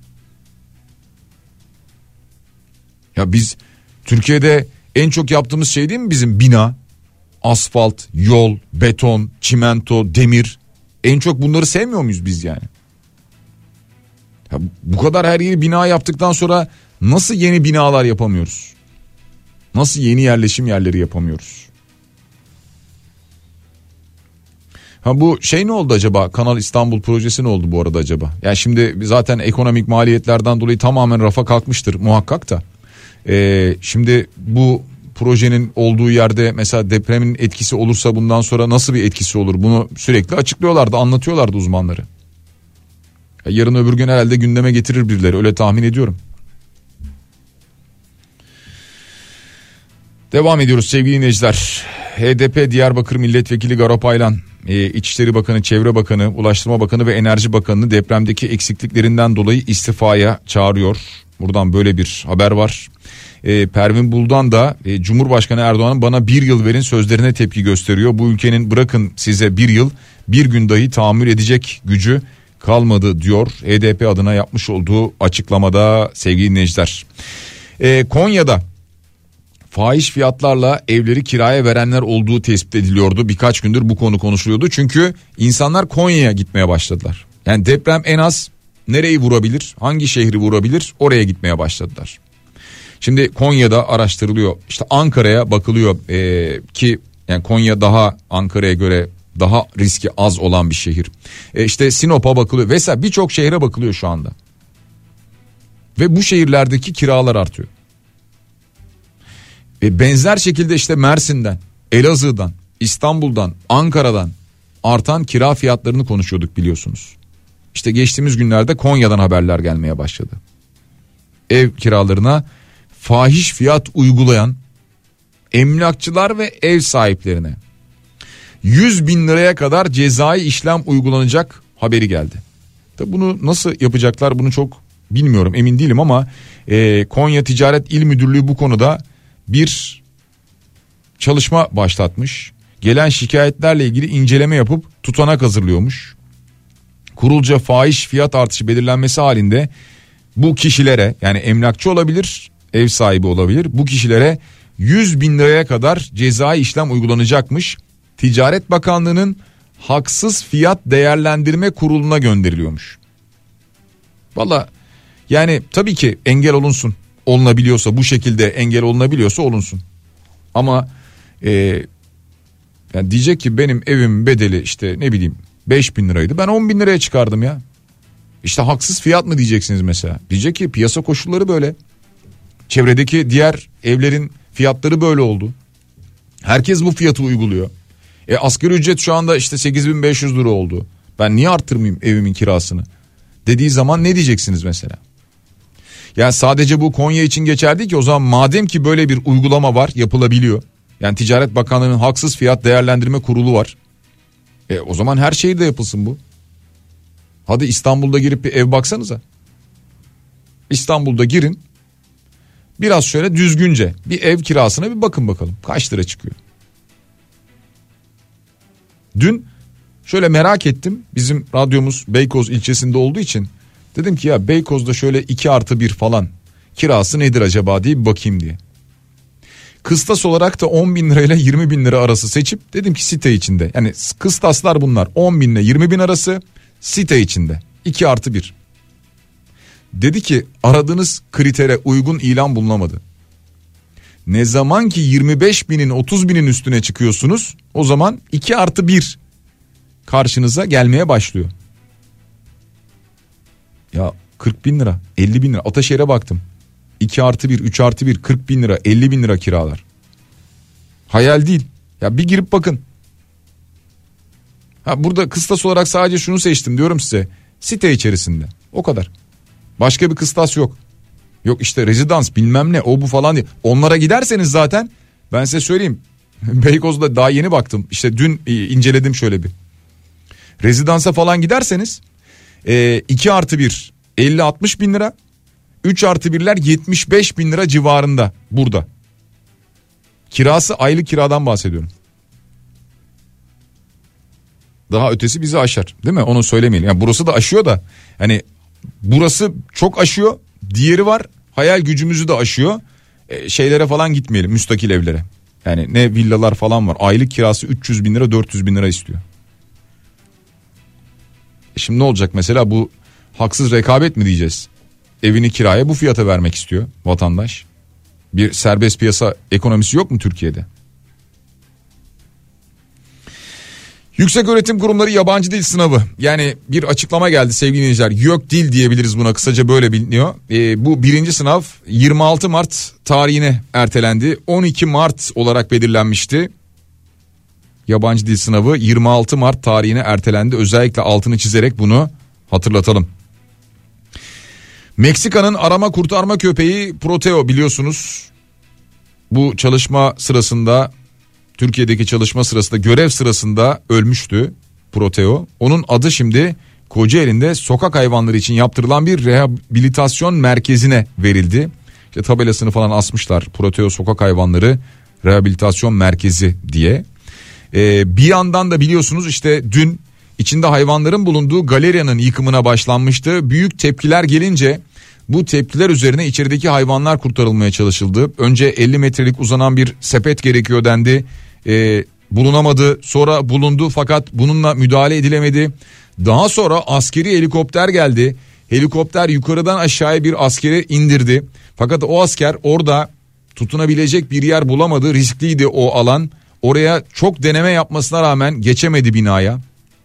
Ya biz Türkiye'de en çok yaptığımız şey değil mi bizim bina, asfalt, yol, beton, çimento, demir. En çok bunları sevmiyor muyuz biz yani? Ya bu kadar her yeri bina yaptıktan sonra nasıl yeni binalar yapamıyoruz? Nasıl yeni yerleşim yerleri yapamıyoruz? Ha bu şey ne oldu acaba? Kanal İstanbul projesi ne oldu bu arada acaba? Yani şimdi zaten ekonomik maliyetlerden dolayı tamamen rafa kalkmıştır muhakkak da. Ee, şimdi bu projenin olduğu yerde mesela depremin etkisi olursa bundan sonra nasıl bir etkisi olur? Bunu sürekli açıklıyorlardı, anlatıyorlardı uzmanları. Ya yarın öbür gün herhalde gündeme getirir birileri, öyle tahmin ediyorum. Devam ediyoruz sevgili dinleyiciler. H D P Diyarbakır Milletvekili Garop Aylan, e, İçişleri Bakanı, Çevre Bakanı, Ulaştırma Bakanı ve Enerji Bakanı'nı depremdeki eksikliklerinden dolayı istifaya çağırıyor. Buradan böyle bir haber var. E, Pervin Buldan da e, Cumhurbaşkanı Erdoğan'ın bana bir yıl verin sözlerine tepki gösteriyor. Bu ülkenin bırakın size bir yıl, bir gün dahi tahammül edecek gücü kalmadı diyor H D P adına yapmış olduğu açıklamada sevgili dinleyiciler. E, Konya'da fahiş fiyatlarla evleri kiraya verenler olduğu tespit ediliyordu. Birkaç gündür bu konu konuşuluyordu. Çünkü insanlar Konya'ya gitmeye başladılar. Yani deprem en az nereyi vurabilir, hangi şehri vurabilir, oraya gitmeye başladılar. Şimdi Konya'da araştırılıyor. İşte Ankara'ya bakılıyor ee, ki yani Konya daha Ankara'ya göre daha riski az olan bir şehir. E işte Sinop'a bakılıyor vesaire, birçok şehre bakılıyor şu anda. Ve bu şehirlerdeki kiralar artıyor. E benzer şekilde işte Mersin'den, Elazığ'dan, İstanbul'dan, Ankara'dan artan kira fiyatlarını konuşuyorduk biliyorsunuz. İşte geçtiğimiz günlerde Konya'dan haberler gelmeye başladı. Ev kiralarına fahiş fiyat uygulayan emlakçılar ve ev sahiplerine yüz bin liraya kadar cezai işlem uygulanacak haberi geldi. Tabii bunu nasıl yapacaklar, bunu çok bilmiyorum, emin değilim ama e, Konya Ticaret İl Müdürlüğü bu konuda bir çalışma başlatmış. Gelen şikayetlerle ilgili inceleme yapıp tutanak hazırlıyormuş. Kurulca fahiş fiyat artışı belirlenmesi halinde bu kişilere, yani emlakçı olabilir, ev sahibi olabilir, bu kişilere yüz bin liraya kadar cezai işlem uygulanacakmış. Ticaret Bakanlığı'nın haksız fiyat değerlendirme kuruluna gönderiliyormuş. Valla yani tabii ki engel olunsun, olunabiliyorsa, bu şekilde engel olunabiliyorsa olunsun. Ama e, yani diyecek ki benim evim bedeli işte ne bileyim beş bin liraydı, ben on bin liraya çıkardım ya. İşte haksız fiyat mı diyeceksiniz mesela. Diyecek ki piyasa koşulları böyle. Çevredeki diğer evlerin fiyatları böyle oldu. Herkes bu fiyatı uyguluyor. E asgari ücret şu anda işte sekiz bin beş yüz lira oldu. Ben niye arttırmayayım evimin kirasını? Dediği zaman ne diyeceksiniz mesela? Yani sadece bu Konya için geçerli değil ki. O zaman madem ki böyle bir uygulama var, yapılabiliyor. Yani Ticaret Bakanlığı'nın haksız fiyat değerlendirme kurulu var. E o zaman her şehirde yapılsın bu. Hadi İstanbul'da girip bir ev baksanıza. İstanbul'da girin. Biraz şöyle düzgünce bir ev kirasına bir bakın bakalım. Kaç lira çıkıyor? Dün şöyle merak ettim. Bizim radyomuz Beykoz ilçesinde olduğu için dedim ki ya Beykoz'da şöyle iki artı bir falan kirası nedir acaba diye bir bakayım diye. Kıstas olarak da on bin lirayla yirmi bin lira arası seçip dedim ki site içinde. Yani kıstaslar bunlar, on bin ile yirmi bin arası site içinde iki artı bir. Dedi ki aradığınız kritere uygun ilan bulunamadı. Ne zaman ki yirmi beş binin otuz binin üstüne çıkıyorsunuz, o zaman iki artı bir karşınıza gelmeye başlıyor. Ya kırk bin lira, elli bin lira. Ataşehir'e baktım. iki artı bir, üç artı bir, kırk bin lira, elli bin lira kiralar. Hayal değil. Ya bir girip bakın. Ha burada kıstas olarak sadece şunu seçtim diyorum size. Site içerisinde. O kadar. Başka bir kıstas yok. Yok işte rezidans bilmem ne o bu falan diye. Onlara giderseniz zaten ben size söyleyeyim. Beykoz'da daha yeni baktım. İşte dün inceledim şöyle bir. Rezidansa falan giderseniz iki artı bir elli altmış bin lira. üç artı birler yetmiş beş bin lira civarında burada. Kirası aylık kiradan bahsediyorum. Daha ötesi bizi aşar değil mi? Onu söylemeyelim. Yani burası da aşıyor da hani burası çok aşıyor. Diğeri var hayal gücümüzü de aşıyor. E, şeylere falan gitmeyelim, müstakil evlere. Yani ne villalar falan var. Aylık kirası üç yüz bin lira dört yüz bin lira istiyor. E şimdi ne olacak mesela, bu haksız rekabet mi diyeceğiz? Evini kiraya bu fiyata vermek istiyor vatandaş. Bir serbest piyasa ekonomisi yok mu Türkiye'de? Yükseköğretim Kurumları yabancı dil sınavı, yani bir açıklama geldi sevgili dinleyiciler. YÖKDİL diyebiliriz buna, kısaca böyle biliniyor. E, bu birinci sınav yirmi altı Mart tarihine ertelendi. on iki Mart olarak belirlenmişti. Yabancı dil sınavı yirmi altı Mart tarihine ertelendi. Özellikle altını çizerek bunu hatırlatalım. Meksika'nın arama kurtarma köpeği Proteo, biliyorsunuz. Bu çalışma sırasında, Türkiye'deki çalışma sırasında, görev sırasında ölmüştü Proteo. Onun adı şimdi Kocaeli'nde sokak hayvanları için yaptırılan bir rehabilitasyon merkezine verildi. İşte tabelasını falan asmışlar, Proteo Sokak Hayvanları Rehabilitasyon Merkezi diye. Ee, bir yandan da biliyorsunuz işte dün içinde hayvanların bulunduğu galeriyanın yıkımına başlanmıştı. Büyük tepkiler gelince bu tepkiler üzerine içerideki hayvanlar kurtarılmaya çalışıldı. Önce elli metrelik uzanan bir sepet gerekiyor dendi. Ee, bulunamadı, sonra bulundu fakat bununla müdahale edilemedi. Daha sonra askeri helikopter geldi. Helikopter yukarıdan aşağıya bir askeri indirdi. Fakat o asker orada tutunabilecek bir yer bulamadı. Riskliydi o alan. Oraya çok deneme yapmasına rağmen geçemedi binaya.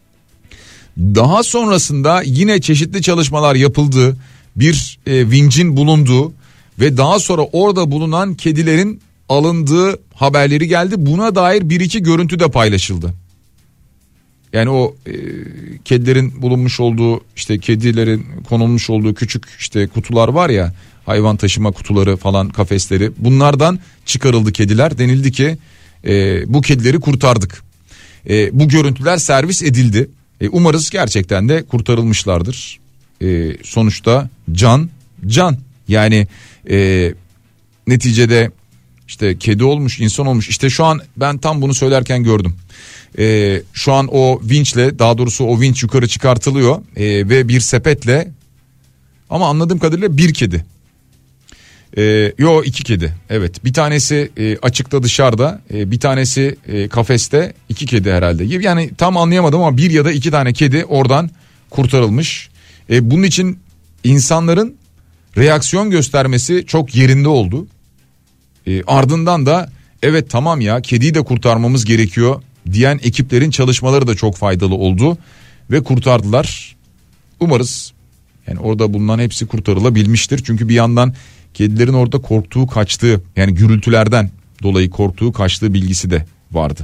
Daha sonrasında yine çeşitli çalışmalar yapıldı. Bir e, vincin bulunduğu ve daha sonra orada bulunan kedilerin alındığı haberleri geldi. Buna dair bir iki görüntü de paylaşıldı. Yani o e, kedilerin bulunmuş olduğu, işte kedilerin konulmuş olduğu küçük işte kutular var ya, hayvan taşıma kutuları falan, kafesleri, bunlardan çıkarıldı kediler. Denildi ki e, bu kedileri kurtardık. E, bu görüntüler servis edildi. E, umarız gerçekten de kurtarılmışlardır. E, sonuçta can can yani e, neticede işte kedi olmuş, insan olmuş. İşte şu an ben tam bunu söylerken gördüm. E, şu an o vinçle, daha doğrusu o vinç yukarı çıkartılıyor e, ve bir sepetle, ama anladığım kadarıyla bir kedi. E, yo iki kedi. Evet, bir tanesi e, açıkta dışarıda, e, bir tanesi e, kafeste, iki kedi herhalde. Yani tam anlayamadım ama bir ya da iki tane kedi oradan kurtarılmış. E, bunun için insanların reaksiyon göstermesi çok yerinde oldu. E, ardından da evet tamam ya, kediyi de kurtarmamız gerekiyor diyen ekiplerin çalışmaları da çok faydalı oldu ve kurtardılar. Umarız yani orada bulunan hepsi kurtarılabilmiştir. Çünkü bir yandan kedilerin orada korktuğu, kaçtığı, yani gürültülerden dolayı korktuğu, kaçtığı bilgisi de vardı.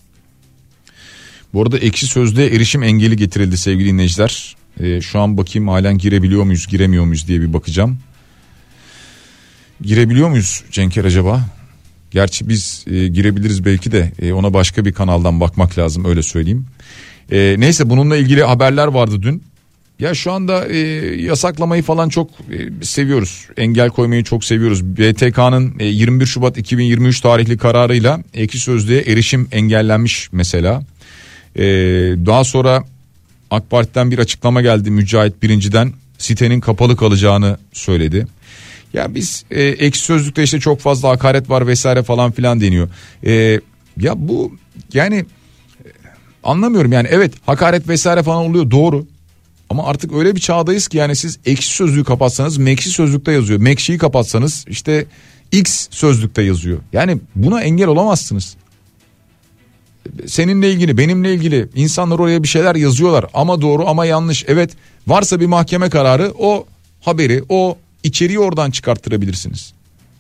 Bu arada Ekşi Sözlüğe erişim engeli getirildi sevgili dinleyiciler. Ee, şu an bakayım halen girebiliyor muyuz, giremiyor muyuz diye bir bakacağım. Girebiliyor muyuz Cenker acaba? Gerçi biz e, girebiliriz belki de e, ona başka bir kanaldan bakmak lazım, öyle söyleyeyim. E, neyse, bununla ilgili haberler vardı dün. Ya şu anda e, yasaklamayı falan çok e, seviyoruz. Engel koymayı çok seviyoruz. B T K'nın e, yirmi bir Şubat iki bin yirmi üç tarihli kararıyla Ekşi Sözlüğe erişim engellenmiş mesela. E, daha sonra AK Parti'den bir açıklama geldi, Mücahit Birinci'den sitenin kapalı kalacağını söyledi. Ya biz e, Ekşi Sözlük'te işte çok fazla hakaret var vesaire falan filan deniyor. E, ya bu yani e, anlamıyorum yani, evet hakaret vesaire falan oluyor, doğru. Ama artık öyle bir çağdayız ki yani siz Ekşi Sözlüğü kapatsanız Mekşi Sözlük'te yazıyor. Mekşi'yi kapatsanız işte X Sözlük'te yazıyor. Yani buna engel olamazsınız. Seninle ilgili, benimle ilgili insanlar oraya bir şeyler yazıyorlar ama doğru ama yanlış. Evet, varsa bir mahkeme kararı, o haberi, o içeriği oradan çıkarttırabilirsiniz.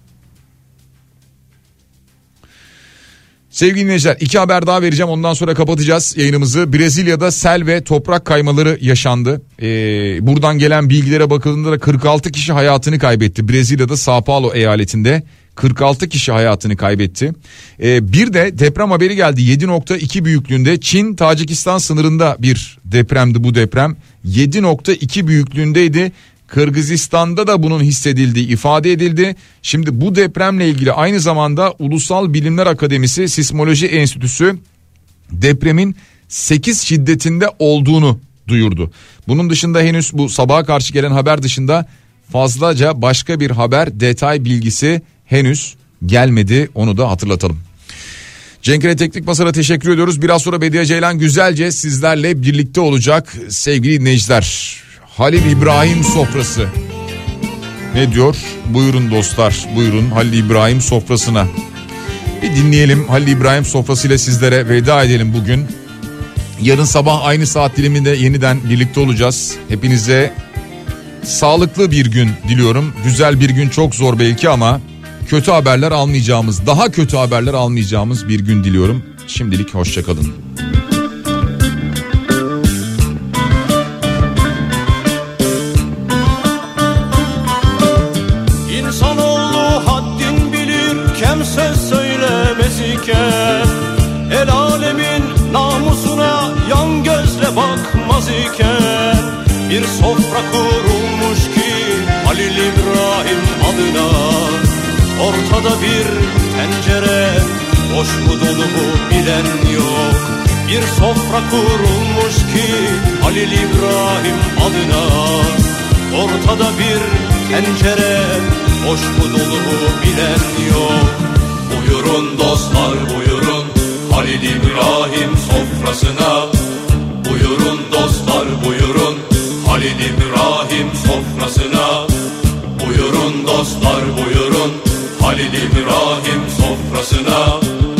Sevgili dinleyiciler, iki haber daha vereceğim, ondan sonra kapatacağız yayınımızı. Brezilya'da sel ve toprak kaymaları yaşandı. Ee, buradan gelen bilgilere bakıldığında da kırk altı kişi hayatını kaybetti. Brezilya'da Sao Paulo eyaletinde kırk altı kişi hayatını kaybetti. Ee, bir de deprem haberi geldi, yedi nokta iki büyüklüğünde Çin-Tacikistan sınırında bir depremdi bu deprem. yedi nokta iki büyüklüğündeydi. Kırgızistan'da da bunun hissedildiği ifade edildi. Şimdi bu depremle ilgili aynı zamanda Ulusal Bilimler Akademisi Sismoloji Enstitüsü depremin sekiz şiddetinde olduğunu duyurdu. Bunun dışında henüz bu sabaha karşı gelen haber dışında fazlaca başka bir haber, detay bilgisi henüz gelmedi, onu da hatırlatalım. Cenk'e Teknik Masa'da teşekkür ediyoruz. Biraz sonra Bediye Ceylan güzelce sizlerle birlikte olacak sevgili dinleyiciler. Halil İbrahim sofrası ne diyor? Buyurun dostlar, buyurun Halil İbrahim sofrasına. Bir dinleyelim, Halil İbrahim sofrasıyla sizlere veda edelim bugün. Yarın sabah aynı saat diliminde yeniden birlikte olacağız. Hepinize sağlıklı bir gün diliyorum. Güzel bir gün çok zor belki ama kötü haberler almayacağımız, daha kötü haberler almayacağımız bir gün diliyorum. Şimdilik hoşça kalın. Söz söylemez iken, el alemin namusuna yan gözle bakmaz iken, bir sofra kurulmuş ki Halil İbrahim adına, ortada bir tencere, boş mu dolu mu bilen yok. Bir sofra kurulmuş ki Halil İbrahim adına, ortada bir tencere, boş mu dolu mu bilen yok. Buyurun dostlar buyurun Halil İbrahim sofrasına. Buyurun dostlar buyurun Halil İbrahim sofrasına. Buyurun dostlar buyurun Halil İbrahim sofrasına.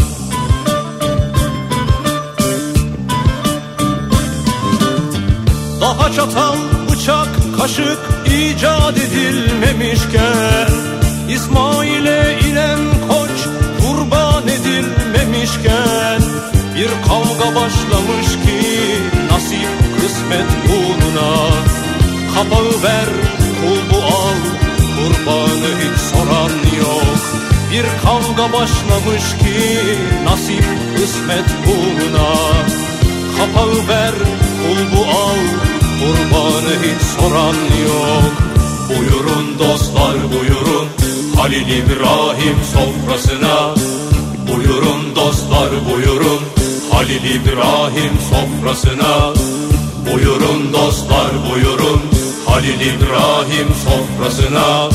Daha çatal, bıçak, kaşık icat edilmemişken, İsmail'e inen koç kurban edilmemişken, bir kavga başlamış ki nasip kısmet uğruna. Kapağı ver, kulbu al, kurbanı hiç soran yok. Bir kavga başlamış ki nasip kısmet uğruna. Kapağı ver, kulbu al, kurbanı hiç soran yok. Buyurun dostlar buyurun Halil İbrahim sofrasına. Buyurun dostlar buyurun Halil İbrahim sofrasına. Buyurun dostlar buyurun Halil İbrahim sofrasına.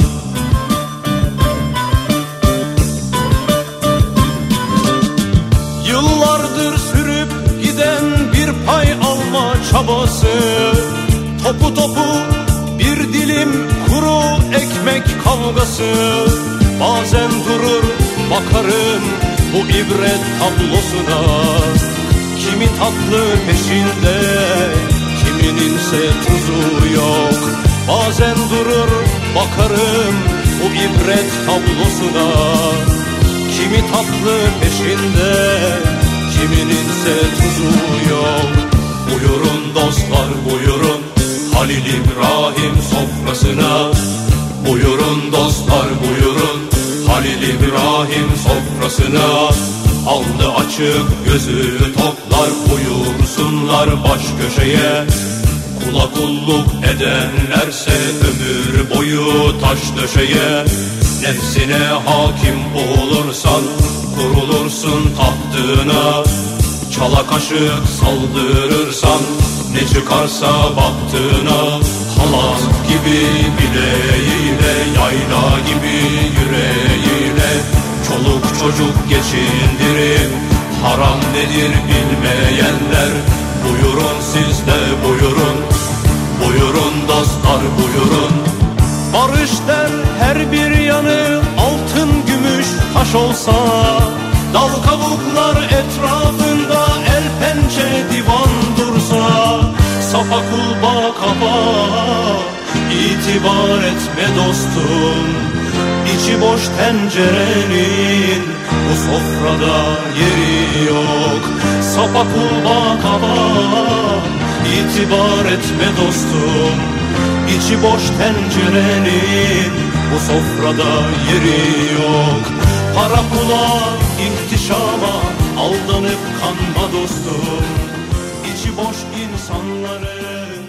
Yıllardır sürüp giden bir pay alma çabası, topu topu bir dilim kuru ekmek kavgası. Bazen durur bakarım bu ibret tablosuna. Kimi tatlı peşinde, kimininse tuzu yok. Bazen durur bakarım bu ibret tablosuna. Kimi tatlı peşinde, kimininse tuzu yok. Buyurun dostlar buyurun, Halil İbrahim sofrasına. Buyurun dostlar buyurun, Halil İbrahim sofrasına. Alnı açık gözü toplar, buyursunlar baş köşeye. Kula kulluk edenlerse ömür boyu taş döşeye. Nefsine hakim olursan kurulursun tahtına. Çala kaşık saldırırsan ne çıkarsa baktığına. Halat gibi bileğiyle, yayla gibi yüreğiyle çoluk çocuk geçindirip haram nedir bilmeyenler. Buyurun siz de buyurun, buyurun dostlar buyurun. Barış der her bir yanı altın gümüş taş olsa, dal kabuklar etrafında el pençe divan dursa. Sapa kulba kapa itibar etme dostum, İçi boş tencerenin bu sofrada yeri yok. Sapa kulba kapa itibar etme dostum, İçi boş tencerenin bu sofrada yeri yok. Para pula ihtişama aldanıp kanma dostum, İçi boş insanların